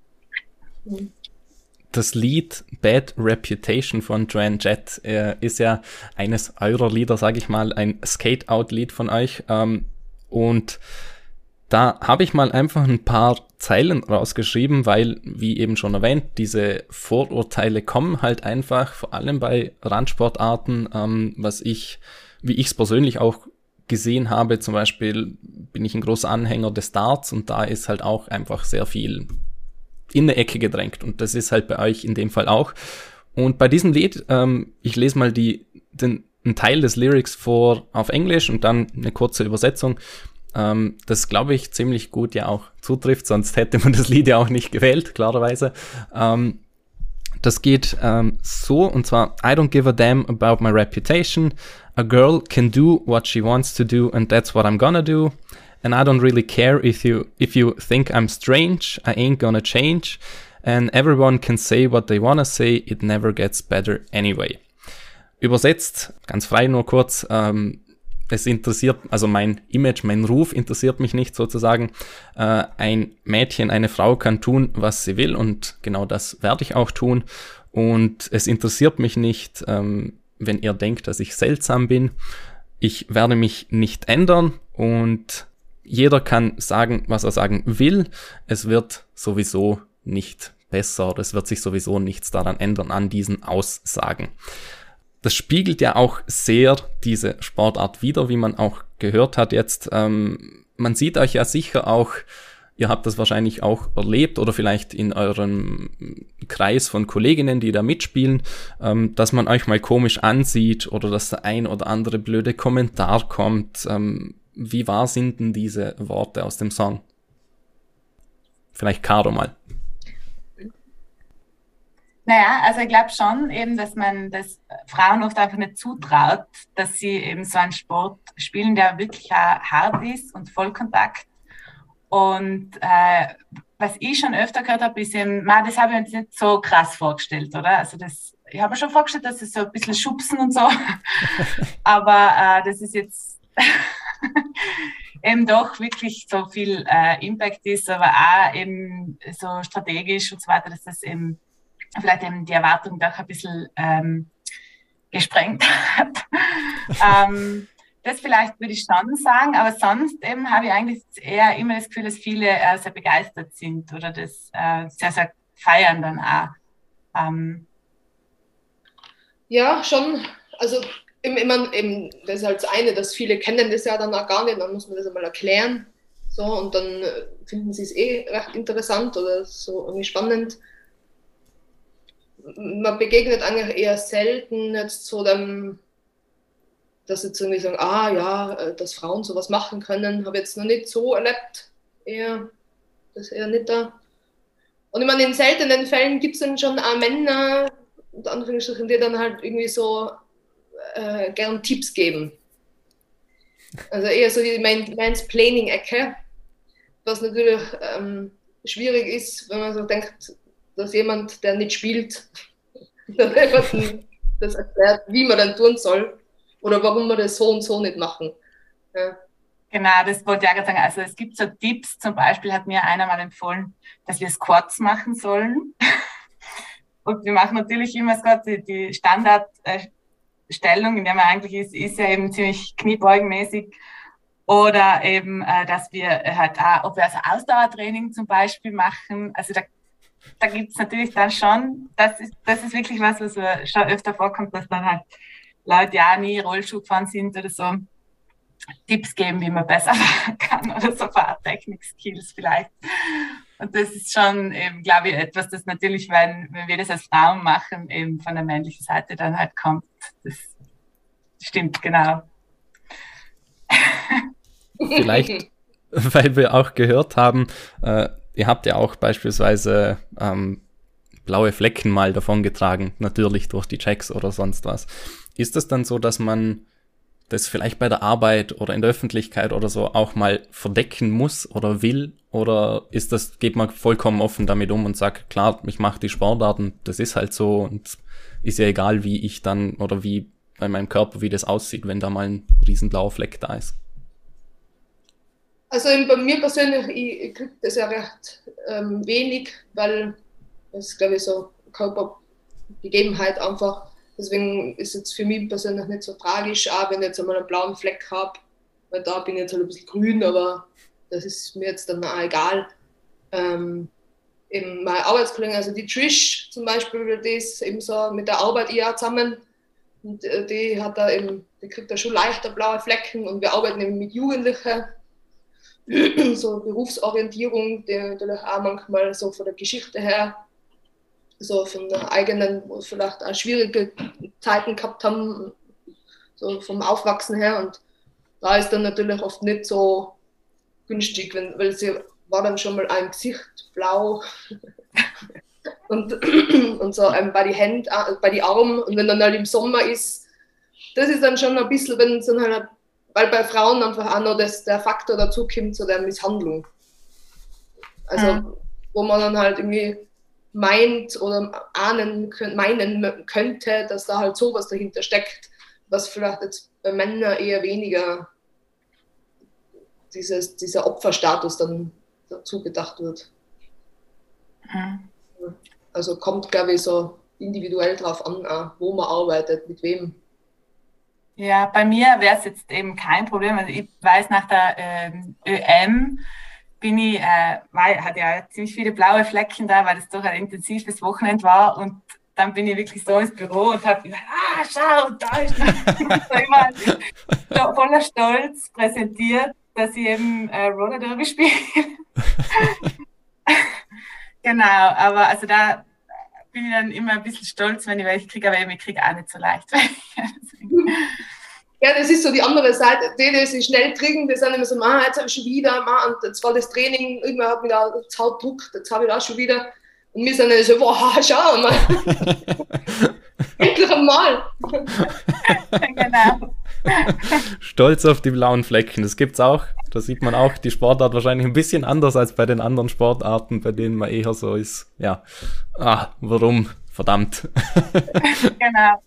Das Lied Bad Reputation von Joan Jett äh, ist ja eines eurer Lieder, sage ich mal, ein Skate-Out-Lied von euch. Ähm, und da habe ich mal einfach ein paar Zeilen rausgeschrieben, weil, wie eben schon erwähnt, diese Vorurteile kommen halt einfach, vor allem bei Randsportarten, ähm, was ich, wie ich es persönlich auch gesehen habe, zum Beispiel bin ich ein großer Anhänger des Darts, und da ist halt auch einfach sehr viel in eine Ecke gedrängt, und das ist halt bei euch in dem Fall auch. Und bei diesem Lied, ähm, ich lese mal die, den, einen Teil des Lyrics vor auf Englisch und dann eine kurze Übersetzung, ähm, das glaube ich ziemlich gut ja auch zutrifft, sonst hätte man das Lied ja auch nicht gewählt, klarerweise. Ähm, das geht ähm, so, und zwar: I don't give a damn about my reputation. A girl can do what she wants to do, and that's what I'm gonna do. And I don't really care if you if you think I'm strange, I ain't gonna change. And everyone can say what they wanna say, it never gets better anyway. Übersetzt, ganz frei nur kurz, ähm, es interessiert, also mein Image, mein Ruf interessiert mich nicht sozusagen. Äh, ein Mädchen, eine Frau kann tun, was sie will, und genau das werde ich auch tun. Und es interessiert mich nicht, ähm, wenn ihr denkt, dass ich seltsam bin. Ich werde mich nicht ändern, und jeder kann sagen, was er sagen will. Es wird sowieso nicht besser, oder es wird sich sowieso nichts daran ändern an diesen Aussagen. Das spiegelt ja auch sehr diese Sportart wider, wie man auch gehört hat jetzt. Ähm, man sieht euch ja sicher auch, ihr habt das wahrscheinlich auch erlebt oder vielleicht in eurem Kreis von Kolleginnen, die da mitspielen, ähm, dass man euch mal komisch ansieht oder dass der ein oder andere blöde Kommentar kommt. Ähm, wie wahr sind denn diese Worte aus dem Song? Vielleicht Caro mal. Naja, also ich glaube schon eben, dass man das Frauen oft einfach nicht zutraut, dass sie eben so einen Sport spielen, der wirklich auch hart ist und Vollkontakt. Und äh, was ich schon öfter gehört habe, ist eben, man, das habe ich mir jetzt nicht so krass vorgestellt, oder? Also das, ich habe mir schon vorgestellt, dass es so ein bisschen schubsen und so, aber äh, das ist jetzt eben doch wirklich so viel äh, Impact ist, aber auch eben so strategisch und so weiter, dass das eben vielleicht eben die Erwartung doch ein bisschen ähm, gesprengt hat. ähm, das vielleicht würde ich schon sagen, aber sonst eben habe ich eigentlich eher immer das Gefühl, dass viele äh, sehr begeistert sind oder das äh, sehr, sehr feiern dann auch. Ähm, ja, schon. Also immer eben, das ist halt das eine, dass viele kennen das ja dann auch gar nicht, dann muss man das einmal erklären. So, und dann finden sie es eh recht interessant oder so irgendwie spannend. Man begegnet eigentlich eher selten jetzt so dem, dass jetzt irgendwie sagen, ah ja, dass Frauen sowas machen können, habe ich jetzt noch nicht so erlebt. Eher, das ist eher nicht da. Und ich meine, in seltenen Fällen gibt es dann schon auch Männer, unter Anführungsstrichen, die dann halt irgendwie so äh, gern Tipps geben. Also eher so die Mansplaining-Ecke, was natürlich ähm, schwierig ist, wenn man so denkt, dass jemand, der nicht spielt, das erklärt, wie man dann tun soll oder warum wir das so und so nicht machen. Ja. Genau, das wollte ich auch gerade sagen. Also es gibt so Tipps, zum Beispiel hat mir einer mal empfohlen, dass wir Squats machen sollen. Und wir machen natürlich immer Squats, die, die Standardstellung, in der man eigentlich ist, ist ja eben ziemlich kniebeugenmäßig. Oder eben, äh, dass wir halt auch, ob wir also Ausdauertraining zum Beispiel machen. Also da Da gibt es natürlich dann schon, das ist, das ist wirklich was, was schon öfter vorkommt, dass dann halt Leute, ja nie Rollschuh gefahren sind oder so, Tipps geben, wie man besser fahren kann oder so Fahrtechnik-Skills vielleicht. Und das ist schon eben, glaube ich, etwas, das natürlich, wenn, wenn wir das als Frauen machen, eben von der männlichen Seite dann halt kommt. Das stimmt, genau. Vielleicht, weil wir auch gehört haben, äh, ihr habt ja auch beispielsweise ähm, blaue Flecken mal davongetragen, natürlich durch die Checks oder sonst was. Ist es dann so, dass man das vielleicht bei der Arbeit oder in der Öffentlichkeit oder so auch mal verdecken muss oder will? Oder ist das, geht man vollkommen offen damit um und sagt, klar, ich mache die Sportarten, das ist halt so und ist ja egal, wie ich dann oder wie bei meinem Körper, wie das aussieht, wenn da mal ein riesen blauer Fleck da ist? Also bei mir persönlich, ich, ich kriege das ja recht ähm, wenig, weil das, glaube ich, so Körpergegebenheit einfach. Deswegen ist es für mich persönlich nicht so tragisch, auch wenn ich jetzt einmal einen blauen Fleck habe, weil da bin ich jetzt halt ein bisschen grün, aber das ist mir jetzt dann auch egal. Ähm, eben meine Arbeitskollegen, also die Trish zum Beispiel, die ist eben so mit der Arbeit eher zusammen und die hat da eben, die kriegt da schon leichter blaue Flecken und wir arbeiten eben mit Jugendlichen. So Berufsorientierung, die natürlich auch manchmal so von der Geschichte her, so von der eigenen, wo vielleicht auch schwierige Zeiten gehabt haben, so vom Aufwachsen her. Und da ist dann natürlich oft nicht so günstig, wenn, weil sie war dann schon mal ein Gesicht blau und, und so ähm, bei die Hände, äh, bei die Armen. Und wenn dann halt im Sommer ist, das ist dann schon ein bisschen, wenn es dann halt, weil bei Frauen einfach auch noch das, der Faktor dazu kommt zu der Misshandlung. Also, mhm. wo man dann halt irgendwie meint oder ahnen meinen könnte, dass da halt sowas dahinter steckt, was vielleicht jetzt bei Männern eher weniger dieses, dieser Opferstatus dann dazu gedacht wird. Mhm. Also kommt, glaube ich, so individuell drauf an, wo man arbeitet, mit wem. Ja, bei mir wäre es jetzt eben kein Problem. Also ich weiß, nach der ähm, ÖM bin ich, äh, weil, hatte ja ziemlich viele blaue Flecken da, weil das doch ein intensives Wochenende war. Und dann bin ich wirklich so ins Büro und habe gesagt, ah, schau, da ist noch immer so voller Stolz präsentiert, dass ich eben äh, Roller Derby spiele. Genau, aber also da bin ich dann immer ein bisschen stolz, wenn ich welche kriege, aber ich kriege auch nicht so leicht. Ja, das ist so die andere Seite. Die, die sich schnell kriegen, die sind immer so, ah, jetzt habe ich schon wieder, ah, und jetzt war das Training, irgendwann hat mich da das Haut gedruckt, jetzt habe ich da schon wieder. Und wir sind dann so, wow, schau mal. Endlich einmal. Genau. Stolz auf die blauen Flecken, das gibt's auch. Da sieht man auch die Sportart wahrscheinlich ein bisschen anders als bei den anderen Sportarten, bei denen man eher so ist, ja, ah, warum, verdammt. Genau.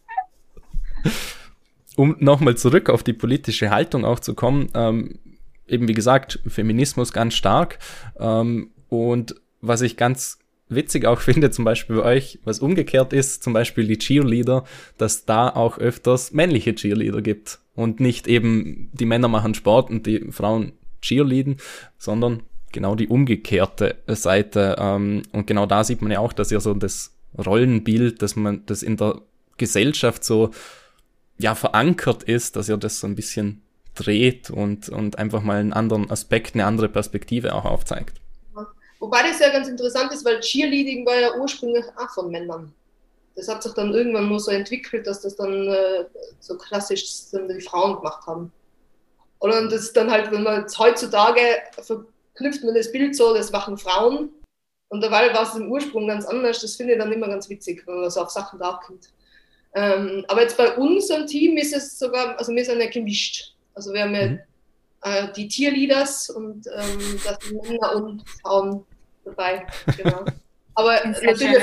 Um nochmal zurück auf die politische Haltung auch zu kommen, ähm, eben wie gesagt, Feminismus ganz stark, ähm, und was ich ganz witzig auch finde, zum Beispiel bei euch, was umgekehrt ist, zum Beispiel die Cheerleader, dass da auch öfters männliche Cheerleader gibt und nicht eben die Männer machen Sport und die Frauen cheerleaden, sondern genau die umgekehrte Seite. Ähm, und genau da sieht man ja auch, dass ihr so das Rollenbild, dass man das in der Gesellschaft so ja verankert ist, dass ihr das so ein bisschen dreht und, und einfach mal einen anderen Aspekt, eine andere Perspektive auch aufzeigt. Wobei das ja ganz interessant ist, weil Cheerleading war ja ursprünglich auch von Männern. Das hat sich dann irgendwann nur so entwickelt, dass das dann äh, so klassisch dann die Frauen gemacht haben. Und das dann halt, wenn man jetzt heutzutage verknüpft man das Bild so, das machen Frauen. Und dabei war es im Ursprung ganz anders. Das finde ich dann immer ganz witzig, wenn man so auf Sachen draufkommt. Ähm, aber jetzt bei uns im Team ist es sogar, also wir sind ja gemischt. Also wir haben ja Mhm. äh, die Tierleaders und ähm, da sind Männer und Frauen dabei. Genau. Aber natürlich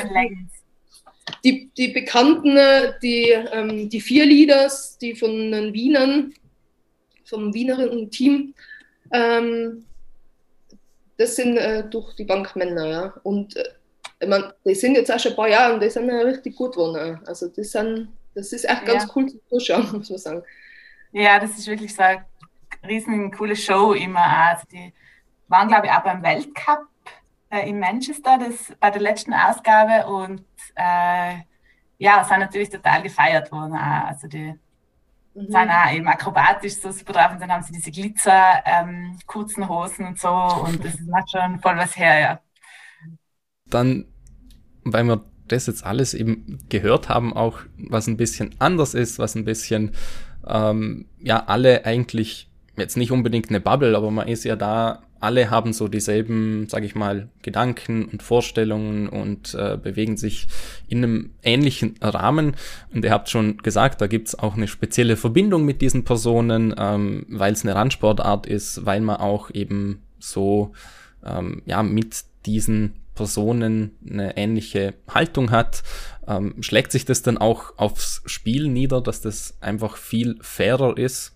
die, die Bekannten, die, ähm, die vier Leaders, die von den Wienern, vom Wiener Team, ähm, das sind äh, durch die Bank Männer, ja. Und äh, ich mein, die sind jetzt auch schon ein paar Jahre und die sind ja richtig gut geworden. Also das, sind, das ist echt ganz Ja. cool zu zuschauen, muss man sagen. Ja, das ist wirklich so eine riesen coole Show immer. Also die waren, glaube ich, auch beim Weltcup äh, in Manchester, das bei der letzten Ausgabe, und äh, ja, sind natürlich total gefeiert worden. Auch. Also die Mhm. sind auch eben akrobatisch so super drauf, und dann haben sie diese Glitzer ähm, kurzen Hosen und so, und das macht schon voll was her, ja. Dann, weil wir das jetzt alles eben gehört haben, auch was ein bisschen anders ist, was ein bisschen, ähm, ja, alle eigentlich, jetzt nicht unbedingt eine Bubble, aber man ist ja da, alle haben so dieselben, sage ich mal, Gedanken und Vorstellungen und äh, bewegen sich in einem ähnlichen Rahmen. Und ihr habt schon gesagt, da gibt's auch eine spezielle Verbindung mit diesen Personen, ähm, weil es eine Randsportart ist, weil man auch eben so ähm, ja mit diesen Personen eine ähnliche Haltung hat. Ähm, schlägt sich das dann auch aufs Spiel nieder, dass das einfach viel fairer ist?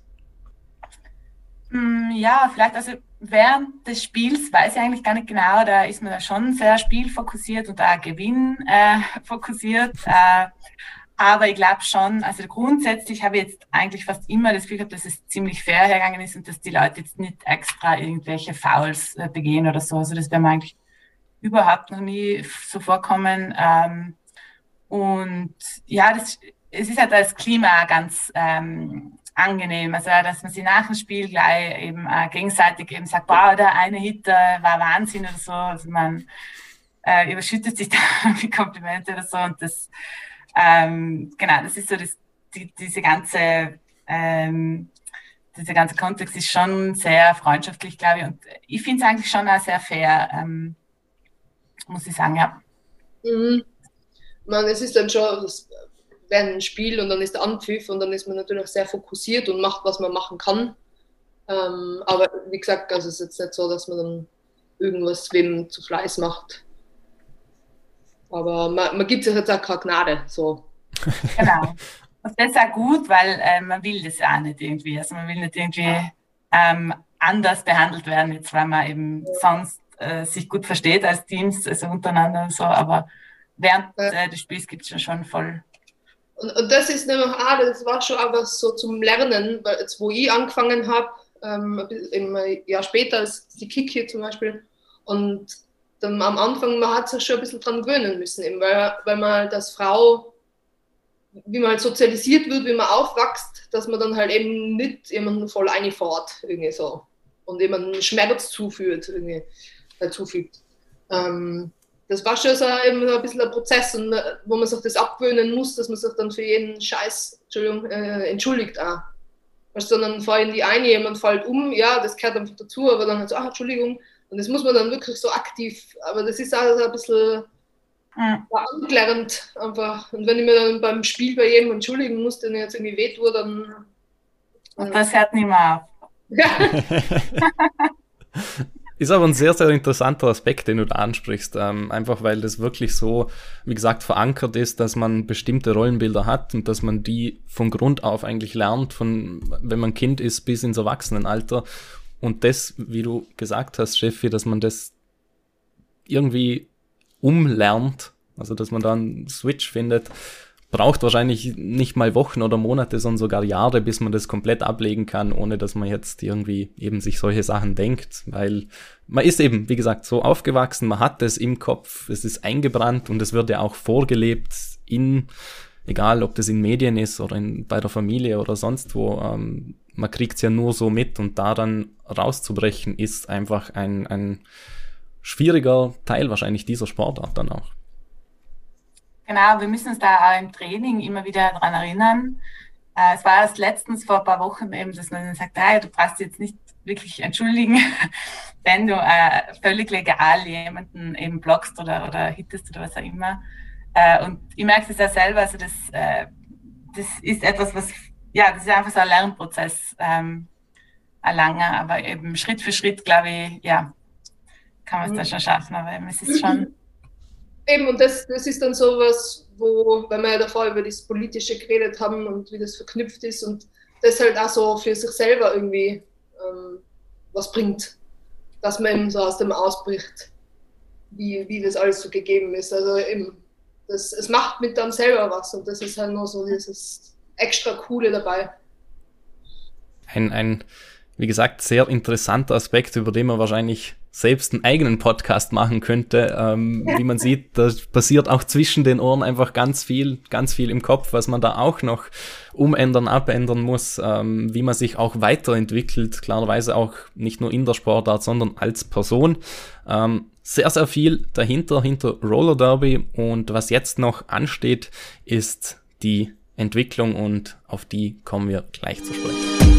Ja, vielleicht, also während des Spiels weiß ich eigentlich gar nicht genau, da ist man da schon sehr spielfokussiert und auch Gewinn äh, fokussiert. Äh, aber ich glaube schon, also grundsätzlich habe ich jetzt eigentlich fast immer das Gefühl gehabt, dass es ziemlich fair hergegangen ist und dass die Leute jetzt nicht extra irgendwelche Fouls äh, begehen oder so. Also das wäre mir eigentlich überhaupt noch nie so vorkommen. Ähm, und ja, das, es ist halt das Klima ganz ähm, angenehm, also dass man sich nach dem Spiel gleich eben äh, gegenseitig eben sagt, wow, der eine Hit äh, war Wahnsinn oder so, also man äh, überschüttet sich da mit Komplimente oder so, und das ähm, genau, das ist so das, die, diese ganze ähm, dieser ganze Kontext ist schon sehr freundschaftlich, glaube ich, und ich finde es eigentlich schon auch sehr fair, ähm, muss ich sagen, ja. Mhm. Man, es ist dann schon das während ein Spiel und dann ist der Anpfiff und dann ist man natürlich sehr fokussiert und macht, was man machen kann. Ähm, aber wie gesagt, also es ist jetzt nicht so, dass man dann irgendwas wem zu Fleiß macht. Aber man, man gibt sich jetzt auch keine Gnade. So. Genau. Und das ist auch gut, weil äh, man will das auch nicht irgendwie. Also man will nicht irgendwie ähm, anders behandelt werden, jetzt weil man eben sonst äh, sich gut versteht als Teams, also untereinander und so, aber während äh, des Spiels gibt es ja schon voll. Und, und das ist nämlich auch, das war schon auch was so zum Lernen, weil jetzt wo ich angefangen habe, ähm, ein Jahr später als die Kick hier zum Beispiel, und dann am Anfang, man hat sich schon ein bisschen dran gewöhnen müssen, eben, weil, weil man halt als Frau, wie man halt sozialisiert wird, wie man aufwächst, dass man dann halt eben nicht jemanden voll einfährt, irgendwie so, und jemanden Schmerz zuführt, irgendwie, äh, zufügt. Ähm, das war schon so eben ein bisschen ein Prozess, und, wo man sich das abgewöhnen muss, dass man sich dann für jeden Scheiß Entschuldigung, äh, entschuldigt auch. Weißt du, dann fallen die ein, jemand fällt um, ja, das gehört einfach dazu, aber dann halt so, ach, Entschuldigung. Und das muss man dann wirklich so aktiv, aber das ist auch so ein bisschen ja, angelernt einfach. Und wenn ich mir dann beim Spiel bei jedem entschuldigen muss, der mir jetzt irgendwie wehtut, dann... Und das hört nicht mehr auf. Ja. Ist aber ein sehr, sehr interessanter Aspekt, den du da ansprichst. Ähm, einfach weil das wirklich so, wie gesagt, verankert ist, dass man bestimmte Rollenbilder hat und dass man die von Grund auf eigentlich lernt, von wenn man Kind ist bis ins Erwachsenenalter. Und das, wie du gesagt hast, Steffi, dass man das irgendwie umlernt, also dass man da einen Switch findet, braucht wahrscheinlich nicht mal Wochen oder Monate, sondern sogar Jahre, bis man das komplett ablegen kann, ohne dass man jetzt irgendwie eben sich solche Sachen denkt, weil man ist eben, wie gesagt, so aufgewachsen, man hat das im Kopf, es ist eingebrannt und es wird ja auch vorgelebt in, egal ob das in Medien ist oder in, bei der Familie oder sonst wo, ähm, man kriegt es ja nur so mit und da dann rauszubrechen ist einfach ein, ein schwieriger Teil wahrscheinlich dieser Sportart dann auch. Genau, wir müssen uns da auch im Training immer wieder dran erinnern. Äh, es war erst letztens vor ein paar Wochen eben, dass man dann sagt, ah, du brauchst dich jetzt nicht wirklich entschuldigen, wenn du äh, völlig legal jemanden eben blockst oder, oder hittest oder was auch immer. Äh, und ich merke es ja selber, also das, äh, das ist etwas, was, ja, das ist einfach so ein Lernprozess, ähm, ein langer, aber eben Schritt für Schritt, glaube ich, ja, kann man es mhm. da schon schaffen, aber eben, es ist schon... Eben, und das, das ist dann sowas, wo, weil wir ja davor über das Politische geredet haben und wie das verknüpft ist und das halt auch so für sich selber irgendwie ähm, was bringt, dass man eben so aus dem ausbricht, wie, wie das alles so gegeben ist. Also eben, das, es macht mit dann selber was und das ist halt nur so dieses extra Coole dabei. Ein, ein, wie gesagt, sehr interessanter Aspekt, über den man wahrscheinlich selbst einen eigenen Podcast machen könnte. Ähm, wie man sieht, da passiert auch zwischen den Ohren einfach ganz viel, ganz viel im Kopf, was man da auch noch umändern, abändern muss, ähm, wie man sich auch weiterentwickelt, klarerweise auch nicht nur in der Sportart, sondern als Person. Ähm, sehr, sehr viel dahinter, hinter Roller Derby und was jetzt noch ansteht, ist die Entwicklung und auf die kommen wir gleich zu sprechen.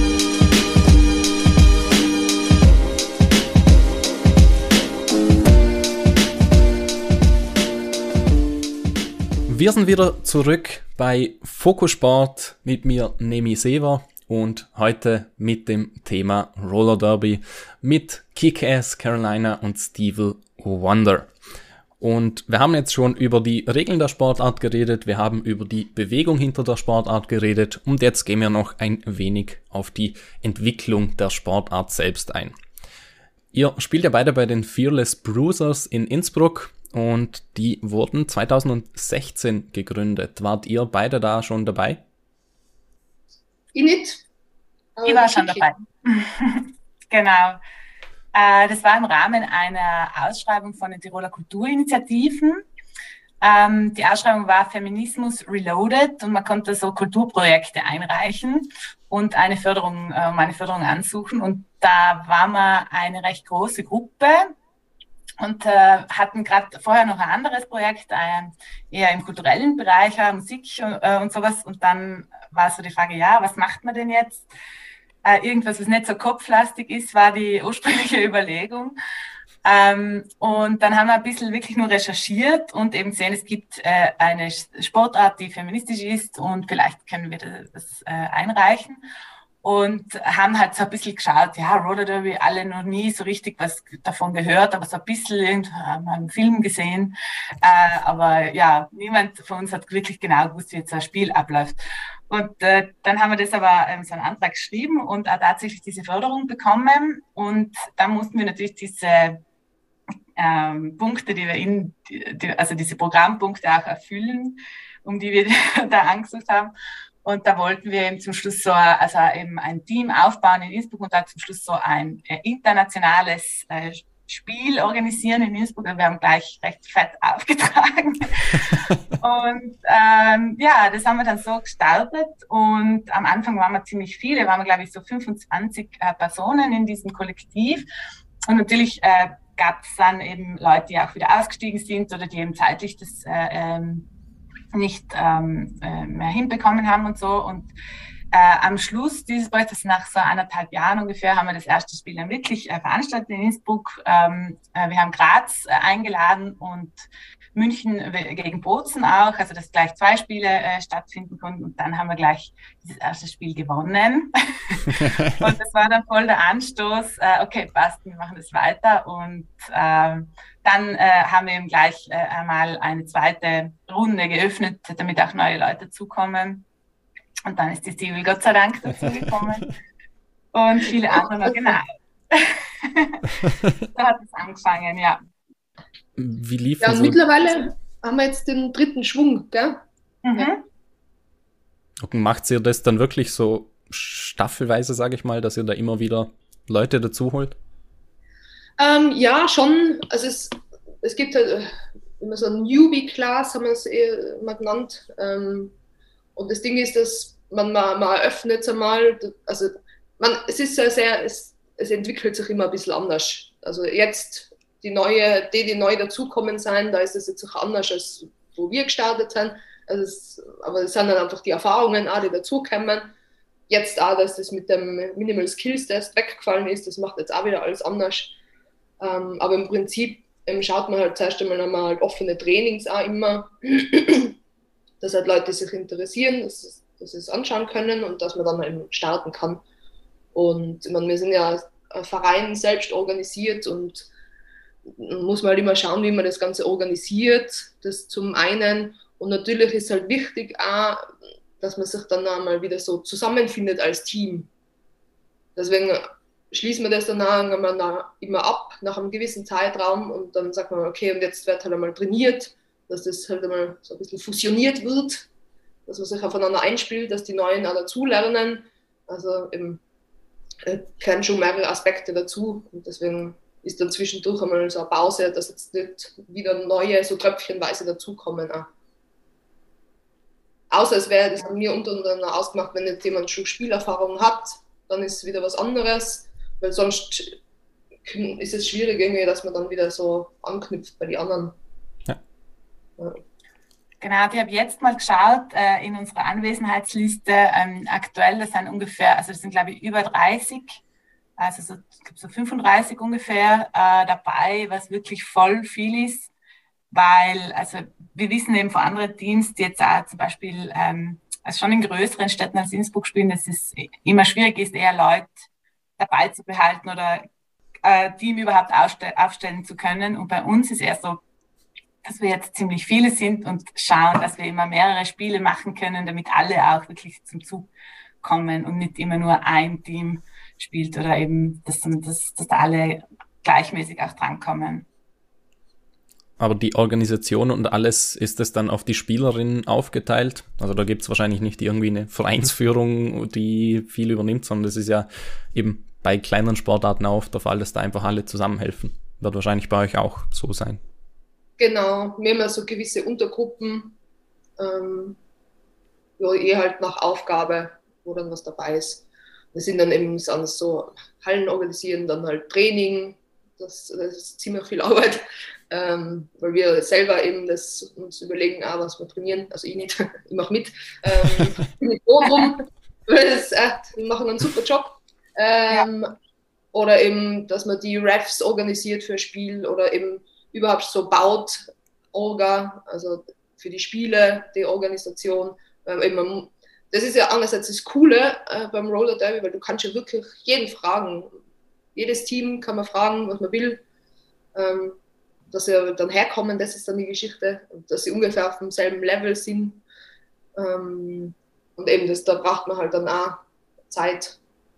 Wir sind wieder zurück bei Fokus Sport mit mir, Nemi Sever, und heute mit dem Thema Roller Derby mit Kick-Ass Carolina und Stevie Wonder. Und wir haben jetzt schon über die Regeln der Sportart geredet, wir haben über die Bewegung hinter der Sportart geredet und jetzt gehen wir noch ein wenig auf die Entwicklung der Sportart selbst ein. Ihr spielt ja beide bei den Fearless Bruisers in Innsbruck. Und die wurden zweitausendsechzehn gegründet. Wart ihr beide da schon dabei? Ich nicht. Ich war schon dabei. Genau. Äh, das war im Rahmen einer Ausschreibung von den Tiroler Kulturinitiativen. Ähm, die Ausschreibung war Feminismus Reloaded und man konnte so Kulturprojekte einreichen und eine Förderung, äh, um eine Förderung ansuchen. Und da war man eine recht große Gruppe. Und äh, hatten gerade vorher noch ein anderes Projekt, äh, eher im kulturellen Bereich, äh, Musik äh, und sowas. Und dann war so die Frage, ja, was macht man denn jetzt? Äh, irgendwas, was nicht so kopflastig ist, war die ursprüngliche Überlegung. Ähm, und dann haben wir ein bisschen wirklich nur recherchiert und eben gesehen, es gibt äh, eine Sportart, die feministisch ist und vielleicht können wir das, das äh, einreichen. Und haben halt so ein bisschen geschaut, ja, Roller Derby, alle noch nie so richtig was davon gehört, aber so ein bisschen irgendwie haben wir einen Film gesehen. Äh, aber ja, niemand von uns hat wirklich genau gewusst, wie jetzt ein Spiel abläuft. Und äh, dann haben wir das aber ähm, so einen Antrag geschrieben und auch tatsächlich diese Förderung bekommen. Und dann mussten wir natürlich diese ähm, Punkte, die wir in, die, also diese Programmpunkte auch erfüllen, um die wir da angesucht haben. Und da wollten wir eben zum Schluss so also eben ein Team aufbauen in Innsbruck und dann zum Schluss so ein äh, internationales äh, Spiel organisieren in Innsbruck. Wir haben gleich recht fett aufgetragen. Und ähm, ja, das haben wir dann so gestartet. Und am Anfang waren wir ziemlich viele, waren wir, glaube ich, so fünfundzwanzig äh, Personen in diesem Kollektiv. Und natürlich äh, gab es dann eben Leute, die auch wieder ausgestiegen sind oder die eben zeitlich das äh, ähm, nicht ähm, äh, mehr hinbekommen haben und so. Und Äh, am Schluss dieses Projektes, nach so anderthalb Jahren ungefähr, haben wir das erste Spiel dann wirklich äh, veranstaltet in Innsbruck. Ähm, äh, wir haben Graz äh, eingeladen und München gegen Bozen auch, also dass gleich zwei Spiele äh, stattfinden konnten. Und dann haben wir gleich dieses erste Spiel gewonnen. Und das war dann voll der Anstoß, äh, okay, passt, wir machen das weiter. Und äh, dann äh, haben wir eben gleich äh, einmal eine zweite Runde geöffnet, damit auch neue Leute zukommen. Und dann ist die Sibyl Gott sei Dank dazugekommen. Und viele andere noch, genau. Da hat es angefangen, ja. Wie lief ja, das? Und so? Mittlerweile haben wir jetzt den dritten Schwung, gell? Mhm. Ja. Und macht ihr das dann wirklich so staffelweise, sage ich mal, dass ihr da immer wieder Leute dazu holt? Ähm, ja, schon. Also es, es gibt halt immer so ein Newbie-Class, haben wir es eh mal genannt. Ähm, und das Ding ist, dass man mal, mal eröffnet es einmal, also man, es ist sehr, sehr, es, es entwickelt sich immer ein bisschen anders. Also jetzt die neue, die, die neu dazukommen sein, da ist es jetzt auch anders, als wo wir gestartet sind. Also es, aber es sind dann einfach die Erfahrungen auch, die dazukommen. Jetzt auch, dass das mit dem Minimal Skills Test weggefallen ist, das macht jetzt auch wieder alles anders. Ähm, aber im Prinzip ähm, schaut man halt zuerst einmal, haben wir halt offene Trainings auch immer, dass halt Leute sich interessieren, dass, dass sie es anschauen können und dass man dann eben starten kann. Und ich meine, wir sind ja ein Verein selbst organisiert und muss man halt immer schauen, wie man das Ganze organisiert, das zum einen. Und natürlich ist halt wichtig auch, dass man sich dann einmal wieder so zusammenfindet als Team. Deswegen schließen wir das dann auch immer ab, nach einem gewissen Zeitraum und dann sagt man, okay, und jetzt wird halt einmal trainiert, dass das halt einmal so ein bisschen fusioniert wird, dass man sich aufeinander einspielt, dass die Neuen auch dazulernen. Also eben, äh, kennen schon mehrere Aspekte dazu und deswegen ist dann zwischendurch einmal so eine Pause, dass jetzt nicht wieder neue, so tröpfchenweise dazukommen. Auch. Außer es wäre, das haben wir untereinander ausgemacht, wenn jetzt jemand schon Spielerfahrung hat, dann ist es wieder was anderes, weil sonst ist es schwierig irgendwie, dass man dann wieder so anknüpft bei den anderen. Ja. Ja. Genau, ich habe jetzt mal geschaut äh, in unserer Anwesenheitsliste, ähm, aktuell, das sind ungefähr, also das sind glaube ich über dreißig, also so, so fünfunddreißig ungefähr äh, dabei, was wirklich voll viel ist, weil, also wir wissen eben von anderen Teams, die jetzt auch zum Beispiel, ähm, also schon in größeren Städten als Innsbruck spielen, dass es immer schwierig ist, eher Leute dabei zu behalten oder äh, Team überhaupt aufstell- aufstellen zu können. Und bei uns ist eher so, dass wir jetzt ziemlich viele sind und schauen, dass wir immer mehrere Spiele machen können, damit alle auch wirklich zum Zug kommen und nicht immer nur ein Team spielt oder eben, dass, dass, dass da alle gleichmäßig auch drankommen. Aber die Organisation und alles, ist es dann auf die Spielerinnen aufgeteilt? Also da gibt es wahrscheinlich nicht irgendwie eine Vereinsführung, die viel übernimmt, sondern das ist ja eben bei kleineren Sportarten auch der Fall, dass da einfach alle zusammenhelfen. Wird wahrscheinlich bei euch auch so sein. Genau, wir haben ja so gewisse Untergruppen, ähm, wo eh halt nach Aufgabe, wo dann was dabei ist. Wir sind dann eben so Hallen organisieren, dann halt Training, das, das ist ziemlich viel Arbeit, ähm, weil wir selber eben das uns überlegen, ah, was wir trainieren, also ich nicht, ich mache mit, ähm, bin ich froh drum, weil das, äh, wir machen einen super Job. Ähm, ja. Oder eben, dass man die Refs organisiert für ein Spiel oder eben überhaupt so baut, Orga, also für die Spiele, die Organisation. Ähm, eben, das ist ja einerseits das Coole äh, beim Roller Derby, weil du kannst ja wirklich jeden fragen. Jedes Team kann man fragen, was man will. Ähm, dass sie dann herkommen, das ist dann die Geschichte. Und dass sie ungefähr auf demselben Level sind. Ähm, und eben, das, da braucht man halt dann auch Zeit.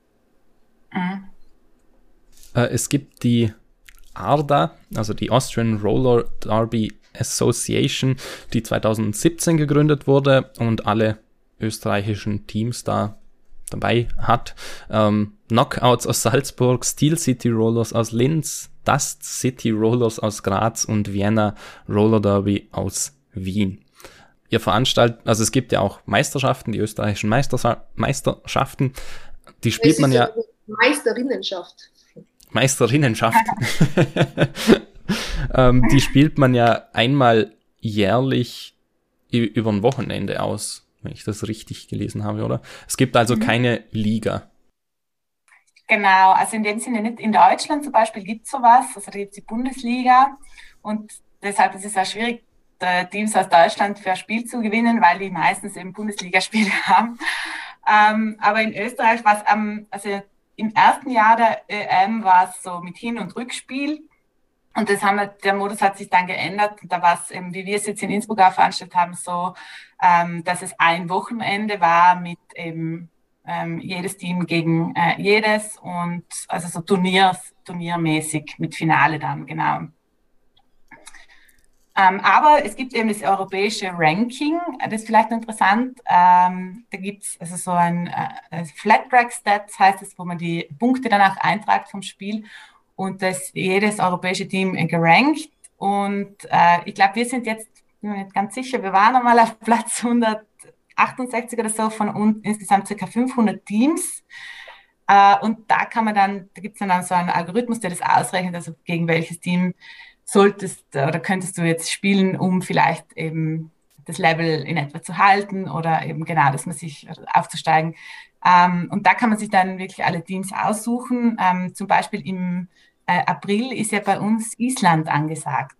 Mhm. Äh, es gibt die A R D A, also die Austrian Roller Derby Association, die zwanzig siebzehn gegründet wurde und alle österreichischen Teams da dabei hat. Ähm, Knockouts aus Salzburg, Steel City Rollers aus Linz, Dust City Rollers aus Graz und Vienna Roller Derby aus Wien. Ihr veranstaltet, also es gibt ja auch Meisterschaften, die österreichischen Meistersa- Meisterschaften, die spielt man ja... Meisterinnenschaft. Meisterinnenschaft. ähm, die spielt man ja einmal jährlich über ein Wochenende aus. wenn ich das richtig gelesen habe, oder? Es gibt also mhm. keine Liga. Genau, also in dem Sinne nicht. In Deutschland zum Beispiel gibt es sowas, also da gibt es die Bundesliga und deshalb ist es auch schwierig, Teams aus Deutschland für ein Spiel zu gewinnen, weil die meistens eben Bundesligaspiele haben. Ähm, aber in Österreich war es am, also im ersten Jahr der E M war es so mit Hin- und Rückspiel. Und das haben wir, der Modus hat sich dann geändert. Und da war es eben, wie wir es jetzt in Innsbruck auch veranstaltet haben, so, ähm, dass es ein Wochenende war mit eben ähm, jedes Team gegen äh, jedes und also so Turniers, turniermäßig mit Finale dann, genau. Ähm, aber es gibt eben das europäische Ranking, das ist vielleicht interessant. Ähm, da gibt es also so ein äh, Flat Track Stats, heißt es, wo man die Punkte danach eintragt vom Spiel und das jedes europäische Team gerankt. Und äh, ich glaube, wir sind jetzt, bin mir nicht ganz sicher, wir waren einmal auf Platz hundertachtundsechzig oder so von uns, insgesamt ca. fünfhundert Teams. Äh, und da kann man dann, da gibt es dann so einen Algorithmus, der das ausrechnet, also gegen welches Team solltest oder könntest du jetzt spielen, um vielleicht eben das Level in etwa zu halten oder eben genau, dass man sich aufzusteigen. Ähm, und da kann man sich dann wirklich alle Teams aussuchen. Ähm, zum Beispiel im äh, April ist ja bei uns Island angesagt.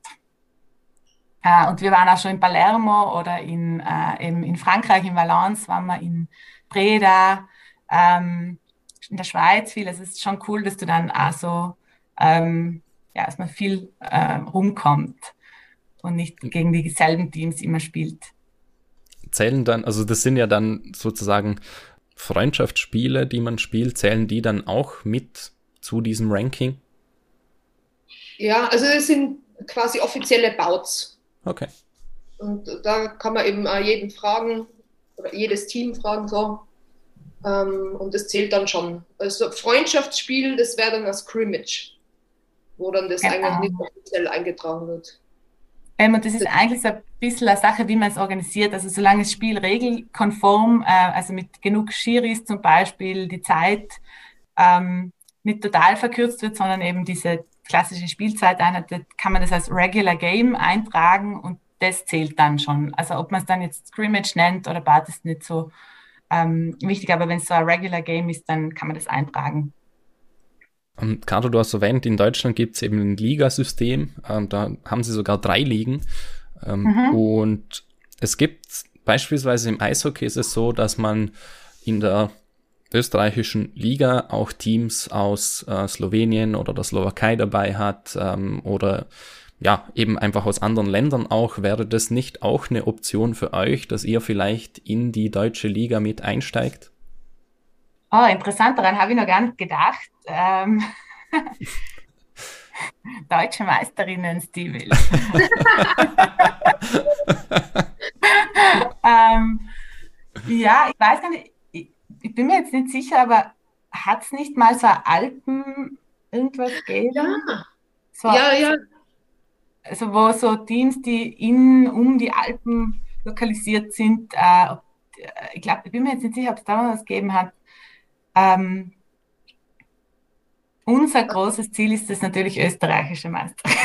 Äh, und wir waren auch schon in Palermo oder in, äh, eben in Frankreich, in Valence, waren wir in Breda, ähm, in der Schweiz viel. Also es ist schon cool, dass du dann auch so ähm, ja, dass man viel äh, rumkommt und nicht gegen dieselben Teams immer spielt. Zählen dann, also das sind ja dann sozusagen Freundschaftsspiele, die man spielt, zählen die dann auch mit zu diesem Ranking? Ja, also das sind quasi offizielle Bouts. Okay. Und da kann man eben jeden fragen, oder jedes Team fragen, so. Und das zählt dann schon. Also Freundschaftsspiel, das wäre dann ein Scrimmage, wo dann das genau. eigentlich nicht offiziell eingetragen wird. Ähm, und das ist eigentlich so ein bisschen eine Sache, wie man es organisiert. Also solange das Spiel regelkonform, äh, also mit genug Schiris zum Beispiel, die Zeit ähm, nicht total verkürzt wird, sondern eben diese klassische Spielzeiteinheit, kann man das als Regular Game eintragen und das zählt dann schon. Also ob man es dann jetzt Scrimmage nennt oder Bart, ist nicht so ähm, wichtig, aber wenn es so ein Regular Game ist, dann kann man das eintragen. Und Kato, du hast erwähnt, in Deutschland gibt es eben ein Ligasystem, ähm, da haben sie sogar drei Ligen ähm, mhm. und es gibt beispielsweise im Eishockey ist es so, dass man in der österreichischen Liga auch Teams aus äh, Slowenien oder der Slowakei dabei hat ähm, oder ja, eben einfach aus anderen Ländern auch. Wäre das nicht auch eine Option für euch, dass ihr vielleicht in die deutsche Liga mit einsteigt? Oh, interessant, daran habe ich noch gar nicht gedacht. Ähm, Deutsche Meisterinnen, Steve. ähm, ja, ich weiß gar nicht, ich, ich bin mir jetzt nicht sicher, aber hat es nicht mal so Alpen irgendwas gegeben? Ja, so, ja, ja. Also wo so Teams, die in, um die Alpen lokalisiert sind, äh, ob, ich glaube, ich bin mir jetzt nicht sicher, ob es da mal was gegeben hat. Ähm, unser großes Ziel ist es natürlich, österreichische Meisterin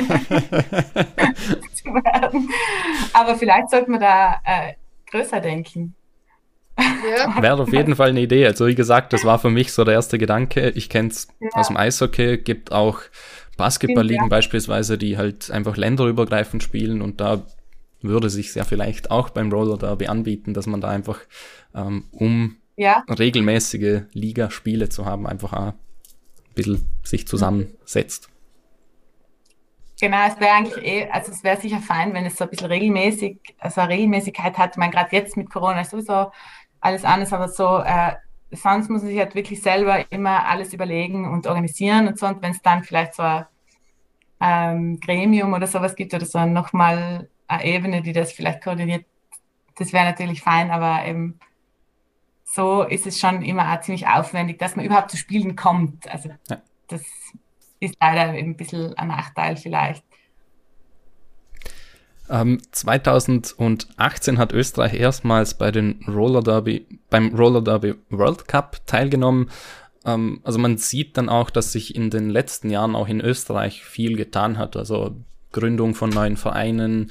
zu werden. Aber vielleicht sollten wir da äh, größer denken. Ja. Wäre auf jeden Fall eine Idee. Also wie gesagt, das war für mich so der erste Gedanke. Ich kenne es ja. aus dem Eishockey, gibt auch Basketballligen ja. beispielsweise, die halt einfach länderübergreifend spielen und da würde sich ja vielleicht auch beim Roller Derby anbieten, dass man da einfach ähm, um ja. regelmäßige Ligaspiele zu haben, einfach auch ein bisschen sich zusammensetzt. Genau, es wäre eigentlich eh, also es wäre sicher fein, wenn es so ein bisschen regelmäßig, also eine Regelmäßigkeit hat. Ich meine, gerade jetzt mit Corona ist sowieso alles anders, aber so, äh, sonst muss man sich halt wirklich selber immer alles überlegen und organisieren und so. Und wenn es dann vielleicht so ein ähm, Gremium oder sowas gibt oder so nochmal eine Ebene, die das vielleicht koordiniert, das wäre natürlich fein, aber eben so ist es schon immer auch ziemlich aufwendig, dass man überhaupt zu Spielen kommt. Also ja. das ist leider ein bisschen ein Nachteil vielleicht. Ähm, zweitausendachtzehn hat Österreich erstmals bei den Roller Derby, beim Roller Derby World Cup teilgenommen. Ähm, also man sieht dann auch, dass sich in den letzten Jahren auch in Österreich viel getan hat. Also Gründung von neuen Vereinen,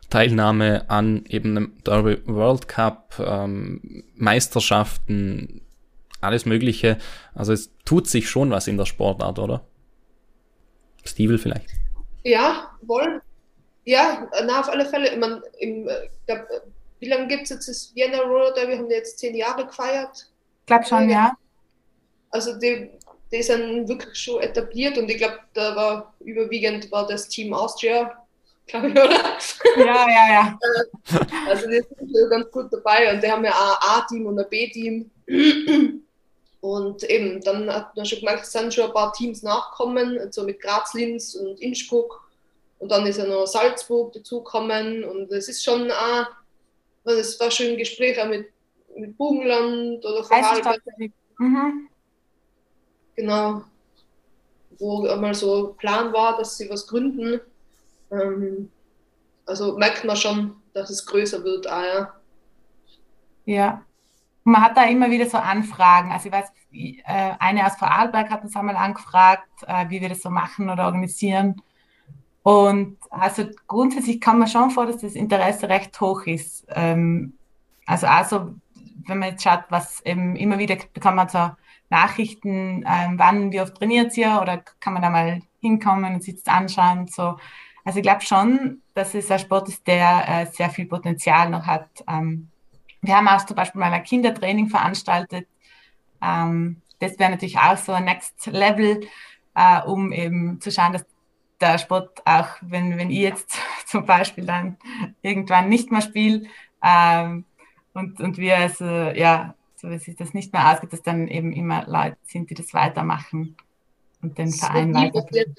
Teilnahme an eben einem Derby World Cup, ähm, Meisterschaften, alles Mögliche. Also es tut sich schon was in der Sportart, oder? Stiebel vielleicht? Ja, wohl. Ja, na, auf alle Fälle. Ich meine, im, ich glaub, wie lange gibt es jetzt das Vienna Roller Derby? Wir haben jetzt zehn Jahre gefeiert. Ich glaube schon, ja. Also die, die sind wirklich schon etabliert und ich glaube, da war überwiegend war das Team Austria, glaube ich, oder? Ja, ja, ja. Also die sind schon ganz gut dabei und die haben ja auch ein A-Team und ein B-Team. Und eben, dann hat man schon gemerkt, es sind schon ein paar Teams nachkommen, so mit Graz, Linz und Innsbruck. Und dann ist ja noch Salzburg dazugekommen und es ist schon auch, es war schon ein Gespräch auch mit, mit Burgenland oder Vorarlberg. Mhm. Genau, wo einmal so Plan war, dass sie was gründen. Ähm, also merkt man schon, dass es größer wird, auch, ja. Ja. Man hat da immer wieder so Anfragen. Also ich weiß, eine aus Vorarlberg hat uns einmal angefragt, wie wir das so machen oder organisieren. Und also grundsätzlich kann man schon vor, dass das Interesse recht hoch ist. Also also wenn man jetzt schaut, was eben immer wieder bekommt man so Nachrichten, wann, wie oft trainiert ihr oder kann man da mal hinkommen und sich das anschauen und so. Also ich glaube schon, dass es ein Sport ist, der sehr viel Potenzial noch hat. Wir haben auch zum Beispiel mal ein Kindertraining veranstaltet. Das wäre natürlich auch so ein Next Level, um eben zu schauen, dass der Sport auch, wenn, wenn ich jetzt zum Beispiel dann irgendwann nicht mehr spiele ähm, und, und wir also, ja, so wie sich das nicht mehr ausgeht, dass dann eben immer Leute sind, die das weitermachen und den so Verein weiterführen.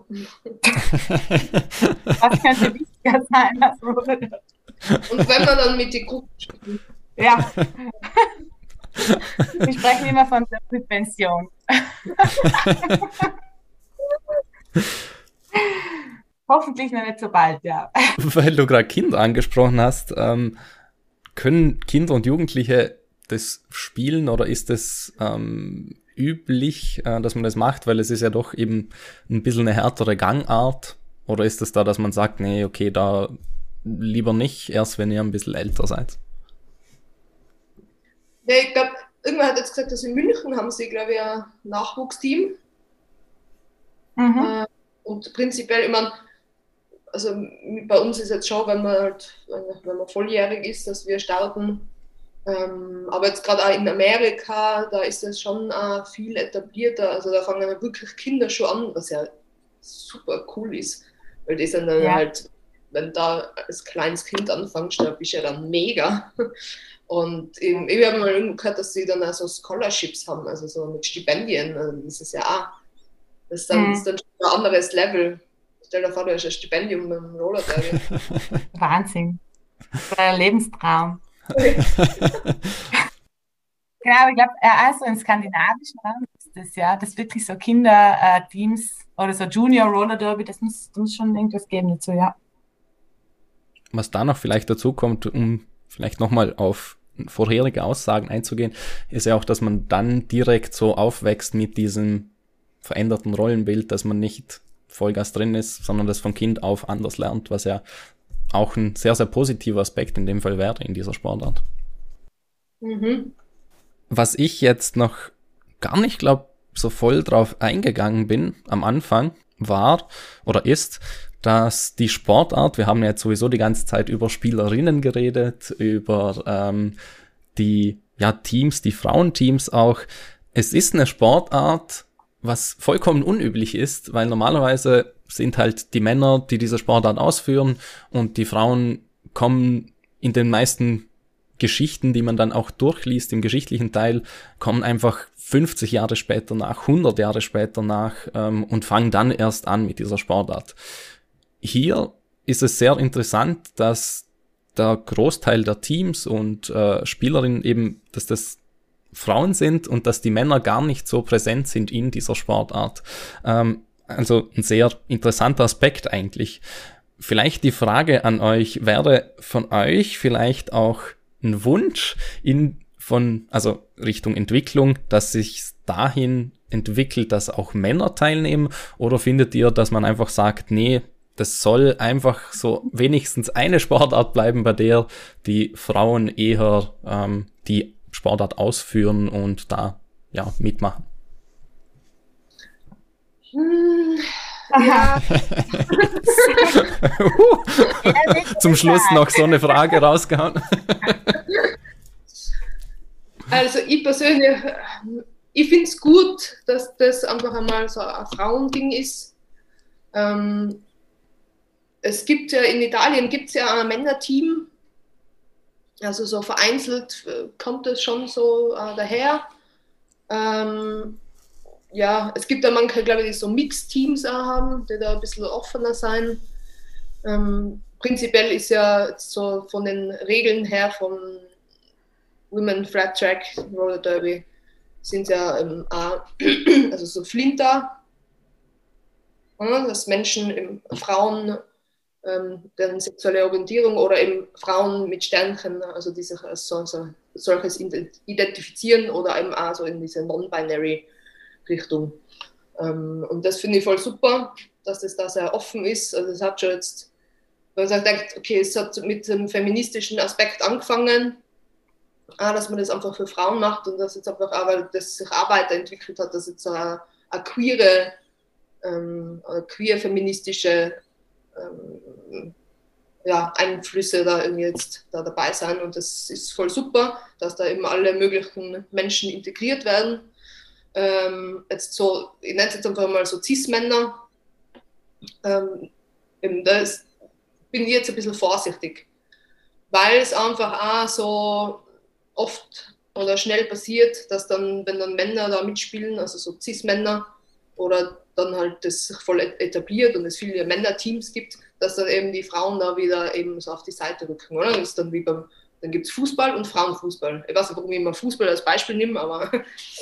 Das könnte wichtiger sein als Roller. Und wenn man dann mit den Gruppen spielt. Ja. Wir sprechen immer von der Prävention. Hoffentlich noch nicht so bald, ja. Weil du gerade Kinder angesprochen hast, ähm, können Kinder und Jugendliche das spielen oder ist es ähm, üblich, äh, dass man das macht, weil es ist ja doch eben ein bisschen eine härtere Gangart, oder ist es da, dass man sagt, nee, okay, da lieber nicht, erst wenn ihr ein bisschen älter seid? Ja, ich glaube, irgendwann hat jetzt gesagt, dass in München haben sie, glaube ich, ein Nachwuchsteam. Mhm. Äh, und prinzipiell, ich meine, also bei uns ist jetzt schon, wenn man halt, wenn man volljährig ist, dass wir starten. Ähm, aber jetzt gerade auch in Amerika, da ist das schon äh, viel etablierter. Also da fangen ja wirklich Kinder schon an, was ja super cool ist. Weil die sind dann Ja. halt, wenn du da als kleines Kind anfängst, da bist du ja dann mega. Und eben, ich habe mal irgendwo gehört, dass sie dann auch so Scholarships haben, also so mit Stipendien. Also das ist ja auch, das ist dann, Mhm. das ist dann schon ein anderes Level. Stell dir vor, du hast ein Stipendium beim Roller Derby. Wahnsinn. Das war ein Lebenstraum. Genau, aber ich glaube, also im skandinavischen Raum ist das ja, das wirklich so Kinderteams oder so Junior Roller Derby, das muss, das muss schon irgendwas geben dazu, ja. Was da noch vielleicht dazu kommt, um vielleicht nochmal auf vorherige Aussagen einzugehen, ist ja auch, dass man dann direkt so aufwächst mit diesem veränderten Rollenbild, dass man nicht Vollgas drin ist, sondern das von Kind auf anders lernt, was ja auch ein sehr, sehr positiver Aspekt in dem Fall wäre in dieser Sportart. Mhm. Was ich jetzt noch gar nicht, glaube so voll drauf eingegangen bin am Anfang, war oder ist, dass die Sportart, wir haben ja jetzt sowieso die ganze Zeit über Spielerinnen geredet, über ähm, die ja, Teams, die Frauenteams auch. Es ist eine Sportart, was vollkommen unüblich ist, weil normalerweise sind halt die Männer, die diese Sportart ausführen, und die Frauen kommen in den meisten Geschichten, die man dann auch durchliest, im geschichtlichen Teil, kommen einfach fünfzig Jahre später nach, hundert Jahre später nach ähm, und fangen dann erst an mit dieser Sportart. Hier ist es sehr interessant, dass der Großteil der Teams und äh, Spielerinnen eben, dass das Frauen sind und dass die Männer gar nicht so präsent sind in dieser Sportart. Ähm, also ein sehr interessanter Aspekt eigentlich. Vielleicht die Frage an euch, wäre von euch vielleicht auch ein Wunsch in von, also Richtung Entwicklung, dass sich dahin entwickelt, dass auch Männer teilnehmen, oder findet ihr, dass man einfach sagt, nee, das soll einfach so wenigstens eine Sportart bleiben, bei der die Frauen eher ähm, die Sportart ausführen und da ja mitmachen. Hm, ja. Zum Schluss noch so eine Frage rausgehauen. Also ich persönlich, ich finde es gut, dass das einfach einmal so ein Frauending ist. Ähm, es gibt ja in Italien gibt es ja ein Männerteam, also so vereinzelt kommt es schon so äh, daher. Ähm, ja, es gibt ja manche, glaube ich, die so Mixteams auch haben, die da ein bisschen offener sein. Ähm, prinzipiell ist ja so von den Regeln her vom Women Flat Track, Roller Derby, sind ja ähm, auch, also so Flinter, ja, dass Menschen, ähm, Frauen, ähm, deren sexuelle Orientierung oder eben Frauen mit Sternchen, also die sich als so, so, solches identifizieren oder eben auch so in diese Non-Binary Richtung. Ähm, und das finde ich voll super, dass das da sehr offen ist. Also es hat schon jetzt, wenn man sagt, okay, es hat mit dem feministischen Aspekt angefangen, ah, dass man das einfach für Frauen macht und dass jetzt einfach auch, weil das sich auch weiterentwickelt hat, dass jetzt eine, eine queere, ähm, eine queer-feministische ähm, ja, Einflüsse da irgendwie jetzt da dabei sein und das ist voll super, dass da eben alle möglichen Menschen integriert werden. Ähm, jetzt so, ich nenne es jetzt einfach mal so Cis-Männer, ähm, eben das bin ich jetzt ein bisschen vorsichtig, weil es einfach auch so oft oder schnell passiert, dass dann, wenn dann Männer da mitspielen, also so Cis-Männer, oder dann halt das sich voll etabliert und es viele Männerteams gibt, dass dann eben die Frauen da wieder eben so auf die Seite rücken, oder? Das ist dann wie beim, dann gibt es Fußball und Frauenfußball. Ich weiß nicht, warum ich immer Fußball als Beispiel nehme, aber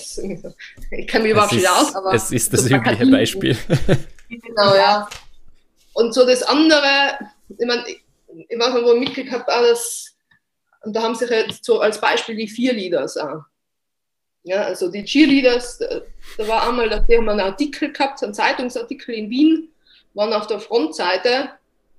ich kann mich überhaupt nicht aus. Aber es ist das so übliche Beispiel. Genau, ja. Und so das andere, ich meine, ich, ich weiß nicht, wo ich mitgekriegt habe, dass, und da haben sich jetzt so als Beispiel die Cheerleaders auch. Ja, also die Cheerleaders, da, da war einmal, da haben wir einen Artikel gehabt, einen Zeitungsartikel in Wien, waren auf der Frontseite,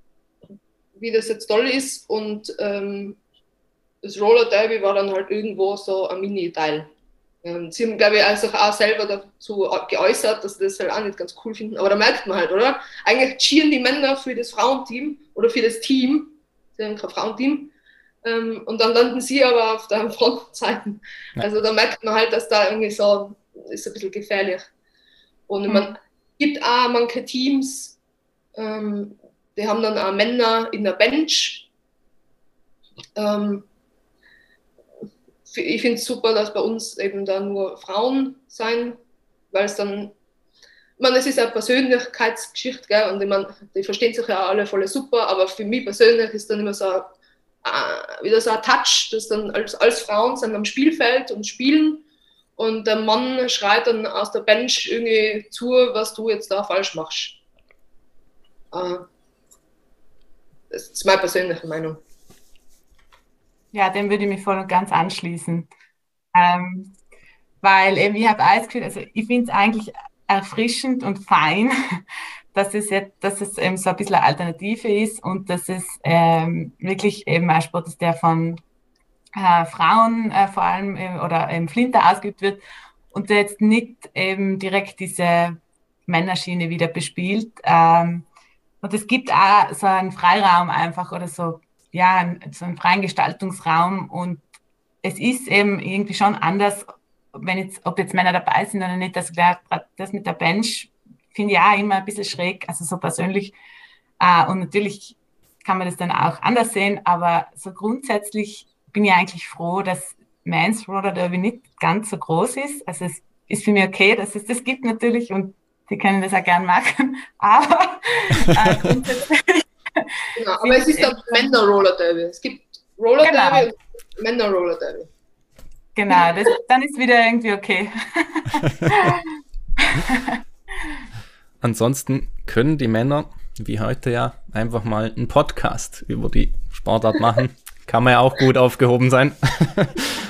wie das jetzt toll ist und ähm, das Roller Derby war dann halt irgendwo so ein Mini-Teil. Ähm, sie haben, glaube ich, also auch selber dazu geäußert, dass sie das halt auch nicht ganz cool finden, aber da merkt man halt, oder? Eigentlich cheeren die Männer für das Frauenteam oder für das Team, sie haben kein Frauenteam, ähm, und dann landen sie aber auf der Frontseite. Also da merkt man halt, dass da irgendwie so, ist ein bisschen gefährlich. Und mhm. man gibt auch manche Teams, ähm, die haben dann auch Männer in der Bench. Ähm, ich finde es super, dass bei uns eben da nur Frauen sein, weil es dann, ich meine, es ist eine Persönlichkeitsgeschichte, gell? Und ich meine, die verstehen sich ja alle voll super, aber für mich persönlich ist dann immer so ein, äh, wieder so ein Touch, dass dann als, als Frauen sind am Spielfeld und spielen und der Mann schreit dann aus der Bench irgendwie zu, was du jetzt da falsch machst. Äh, das ist meine persönliche Meinung. Ja, dem würde ich mich voll und ganz anschließen. Ähm, weil eben, ich habe alles Gefühl, also ich finde es eigentlich erfrischend und fein, dass es, jetzt, dass es eben so ein bisschen eine Alternative ist und dass es ähm, wirklich eben ein Sport ist, der von äh, Frauen äh, vor allem äh, oder eben Flinter ausgeübt wird und der jetzt nicht eben direkt diese Männerschiene wieder bespielt. Ähm, und es gibt auch so einen Freiraum einfach oder so, ja, so einen freien Gestaltungsraum und es ist eben irgendwie schon anders, wenn jetzt, ob jetzt Männer dabei sind oder nicht, das, das mit der Bench finde ich auch immer ein bisschen schräg, also so persönlich und natürlich kann man das dann auch anders sehen, aber so grundsätzlich bin ich eigentlich froh, dass Men's Roller Derby nicht ganz so groß ist, also es ist für mich okay, dass es das gibt natürlich und die können das auch gern machen, aber äh, grundsätzlich genau, aber es ist auch Männer-Roller Derby. Es gibt Roller genau. Derby und Männer-Roller Derby. Genau, das, dann ist wieder irgendwie okay. Ansonsten können die Männer, wie heute ja, einfach mal einen Podcast über die Sportart machen. Kann man ja auch gut aufgehoben sein.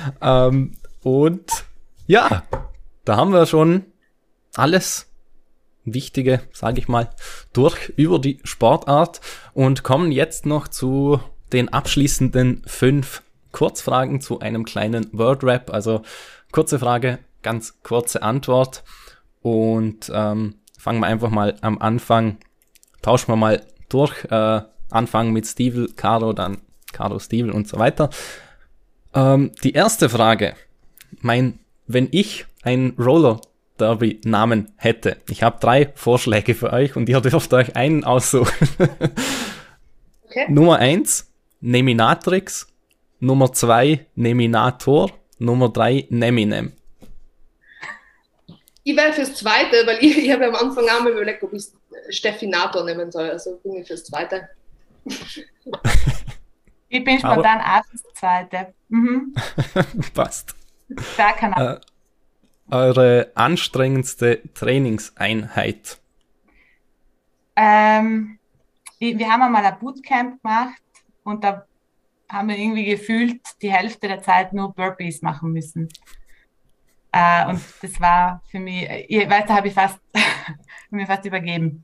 ähm, und ja, da haben wir schon alles Wichtige, sage ich mal, durch über die Sportart und kommen jetzt noch zu den abschließenden fünf Kurzfragen zu einem kleinen Word-Rap. Also kurze Frage, ganz kurze Antwort und ähm, fangen wir einfach mal am Anfang, tauschen wir mal durch, äh, anfangen mit Stivel, Caro, dann Caro, Stivel und so weiter. Ähm, die erste Frage, mein, wenn ich einen Roller Derby Namen hätte. Ich habe drei Vorschläge für euch und ihr dürft euch einen aussuchen. Okay. Nummer eins, Neminatrix. Nummer zwei, Neminator. Nummer drei, Neminem. Ich wäre fürs Zweite, weil ich, ich habe am Anfang auch mal überlegt, ob ich Steffinator nehmen soll. Also bin ich fürs Zweite. Ich bin spontan auch fürs Zweite. Mhm. Passt. Da kann er. Äh, eure anstrengendste Trainingseinheit? Ähm, wir haben einmal ein Bootcamp gemacht und da haben wir irgendwie gefühlt die Hälfte der Zeit nur Burpees machen müssen. Äh, und das war für mich, ich weiß, da habe ich fast, mir fast übergeben.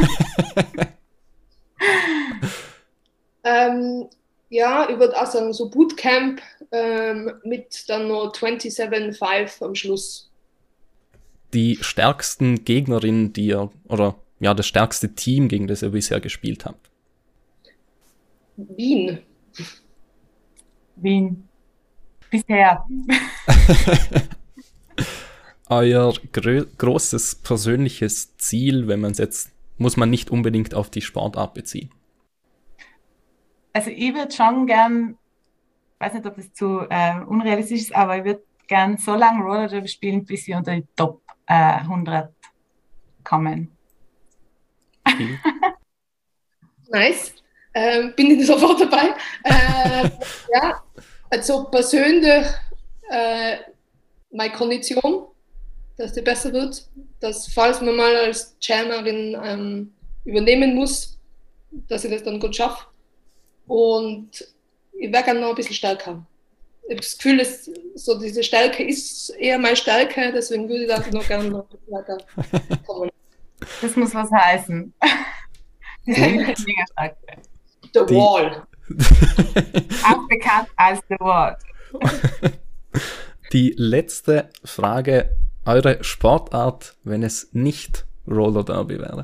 ähm, ja, ich würde auch sagen, so Bootcamp ähm, mit dann noch siebenundzwanzig Komma fünf am Schluss. Die stärksten Gegnerinnen, die ihr, oder ja, das stärkste Team, gegen das ihr bisher gespielt habt? Wien. Wien. Bisher. Euer grö- großes persönliches Ziel, wenn man es jetzt, muss man nicht unbedingt auf die Sportart beziehen? Also ich würde schon gern, weiß nicht, ob das zu äh, unrealistisch ist, aber ich würde gern so lange Roller Derby spielen, bis wir unter die Top äh, hundert kommen. Nice. Ähm, bin ich sofort dabei. Äh, ja, also persönlich äh, meine Kondition, dass die besser wird, dass falls man mal als Chairmerin ähm, übernehmen muss, dass ich das dann gut schaffe. Und ich wäre gerne noch ein bisschen stärker. Ich habe das Gefühl, dass so diese Stärke ist eher meine Stärke, deswegen würde ich da noch gerne noch weiter kommen. Das muss was heißen. Mega stark. The Die. Wall. Auch bekannt als The Wall. Die letzte Frage, eure Sportart, wenn es nicht Roller Derby wäre?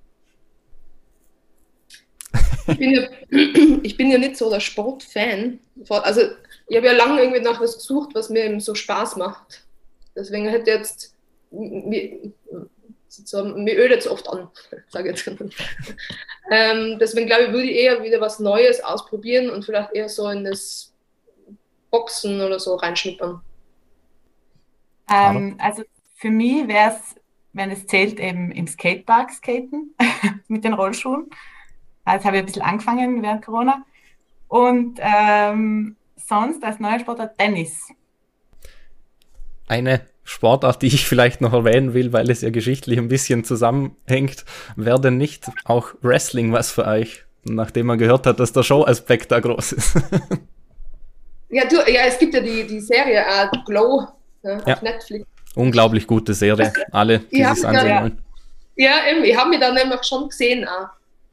Ich bin, ja, ich bin ja nicht so der Sportfan. Also ich habe ja lange irgendwie nach was gesucht, was mir eben so Spaß macht. Deswegen hätte jetzt mir, so, mir ödet es oft an, sage ich jetzt. ähm, deswegen glaube ich, würde ich eher wieder was Neues ausprobieren und vielleicht eher so in das Boxen oder so reinschnuppern. Ähm, also für mich wäre es, wenn es zählt, eben im Skatepark skaten mit den Rollschuhen. Also habe ich ein bisschen angefangen während Corona. Und ähm, sonst als neuer Sportart Tennis. Eine Sportart, die ich vielleicht noch erwähnen will, weil es ja geschichtlich ein bisschen zusammenhängt, wäre denn nicht auch Wrestling was für euch, nachdem man gehört hat, dass der Show-Aspekt da groß ist? Ja, du, ja, es gibt ja die, die Serie uh, Glow ja, ja. auf Netflix. Unglaublich gute Serie, alle, die es ansehen wollen. Ja, eben, ich habe mich dann nämlich schon gesehen auch.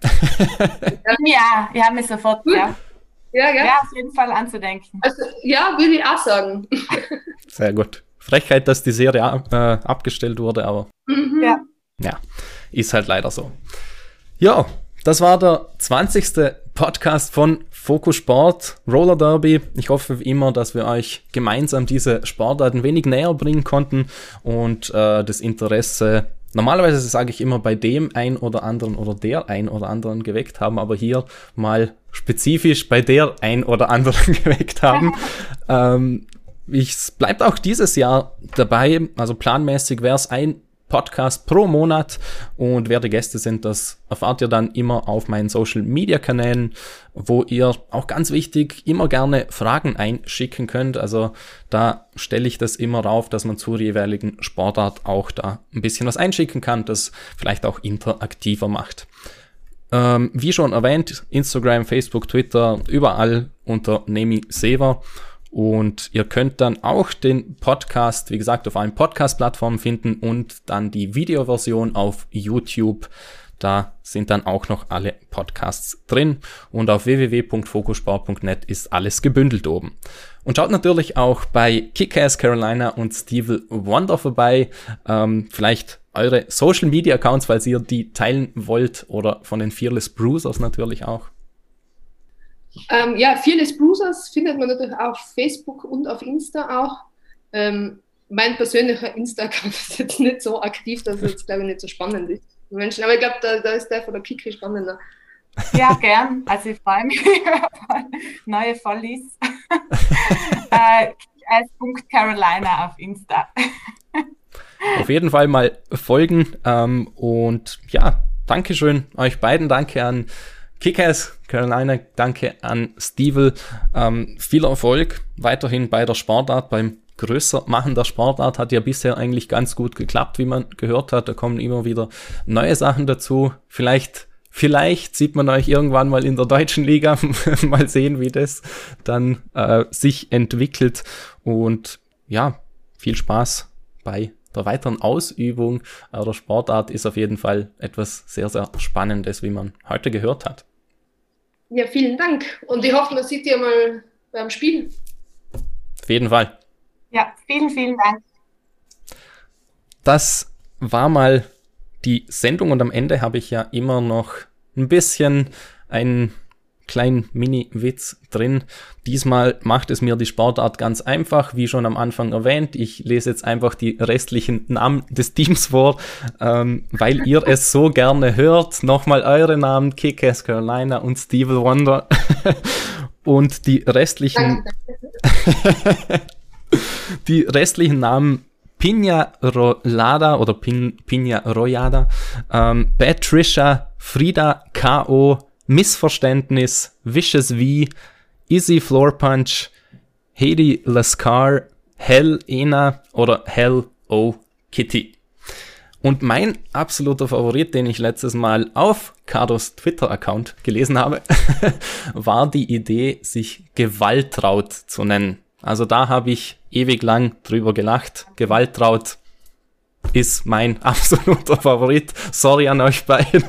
Ja, ich habe mich sofort, ja. Ja, ja. Ja, auf jeden Fall anzudenken. Also, ja, würde ich auch sagen. Sehr gut. Frechheit, dass die Serie äh, abgestellt wurde, aber mhm. ja. ja, ist halt leider so. Ja, das war der zwanzigste Podcast von Fokus Sport, Roller Derby. Ich hoffe wie immer, dass wir euch gemeinsam diese Sportart ein wenig näher bringen konnten und äh, das Interesse, normalerweise sage ich immer, bei dem ein oder anderen oder der ein oder anderen geweckt haben, aber hier mal spezifisch bei der ein oder anderen geweckt haben. ähm, es bleibt auch dieses Jahr dabei, also planmäßig wäre es ein Podcast pro Monat und wer die Gäste sind, das erfahrt ihr dann immer auf meinen Social-Media-Kanälen, wo ihr auch ganz wichtig immer gerne Fragen einschicken könnt. Also da stelle ich das immer rauf, dass man zur jeweiligen Sportart auch da ein bisschen was einschicken kann, das vielleicht auch interaktiver macht. Ähm, wie schon erwähnt, Instagram, Facebook, Twitter, überall unter Nemi Sever. Und ihr könnt dann auch den Podcast, wie gesagt, auf allen Podcast-Plattformen finden und dann die Videoversion auf YouTube. Da sind dann auch noch alle Podcasts drin. Und auf w w w punkt fokusport punkt net ist alles gebündelt oben. Und schaut natürlich auch bei Kick-Ass Carolina und Stevie Wonder vorbei. Ähm, vielleicht eure Social-Media-Accounts, falls ihr die teilen wollt. Oder von den Fearless Bruisers natürlich auch. Ähm, ja, Fearless Bruisers findet man natürlich auf Facebook und auf Insta auch. Ähm, mein persönlicher Insta-Account ist jetzt nicht so aktiv, dass es jetzt, glaube ich, nicht so spannend ist. Menschen, aber ich glaube, da, da ist der von der Kiki spannender. Ja, gern. Also ich freue mich über neue Follies. äh, als Punkt Carolina auf Insta. Auf jeden Fall mal folgen. Ähm, und ja, Dankeschön euch beiden. Danke an Kick-Ass Carolina, danke an Stevie. Ähm, viel Erfolg weiterhin bei der Sportart, beim größer machen der Sportart. Hat ja bisher eigentlich ganz gut geklappt, wie man gehört hat. Da kommen immer wieder neue Sachen dazu. Vielleicht, vielleicht sieht man euch irgendwann mal in der deutschen Liga. Mal sehen, wie das dann äh, sich entwickelt. Und ja, viel Spaß bei der weiteren Ausübung der Sportart. Ist auf jeden Fall etwas sehr, sehr Spannendes, wie man heute gehört hat. Ja, vielen Dank. Und ich hoffe, man sieht ja mal beim Spiel. Auf jeden Fall. Ja, vielen, vielen Dank. Das war mal die Sendung und am Ende habe ich ja immer noch ein bisschen einen kleinen Mini-Witz drin. Diesmal macht es mir die Sportart ganz einfach, wie schon am Anfang erwähnt. Ich lese jetzt einfach die restlichen Namen des Teams vor, ähm, weil ihr es so gerne hört. Nochmal eure Namen, Kick-Ass Carolina und Stevie Wonder. Und die restlichen... Die restlichen Namen Pina Rolada oder Pin, Pina Royada, ähm, Patricia, Frida K O, Missverständnis, Vicious V, Easy Floor Punch, Heidi Lascar, Hell Ena oder Hell O Kitty. Und mein absoluter Favorit, den ich letztes Mal auf Cardos Twitter-Account gelesen habe, war die Idee, sich Gewaltraut zu nennen. Also da habe ich ewig lang drüber gelacht. Gewaltraut ist mein absoluter Favorit. Sorry an euch beide.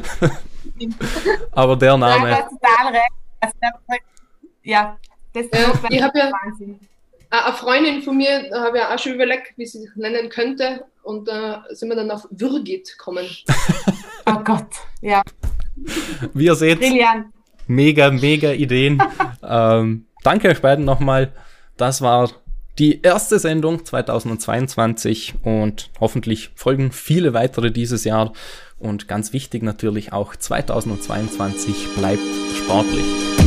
Aber der Name... Ja, total recht. Ja, das ist ja, ich habe ja Wahnsinn. Eine Freundin von mir, da habe ich auch schon überlegt, wie sie sich nennen könnte. Und da äh, sind wir dann auf Würgit gekommen. Oh Gott, ja. Wie ihr seht, Brilliant. mega, mega Ideen. ähm, danke euch beiden nochmal. Das war die erste Sendung zweitausendzweiundzwanzig und hoffentlich folgen viele weitere dieses Jahr. Und ganz wichtig natürlich auch zweitausendzweiundzwanzig bleibt sportlich.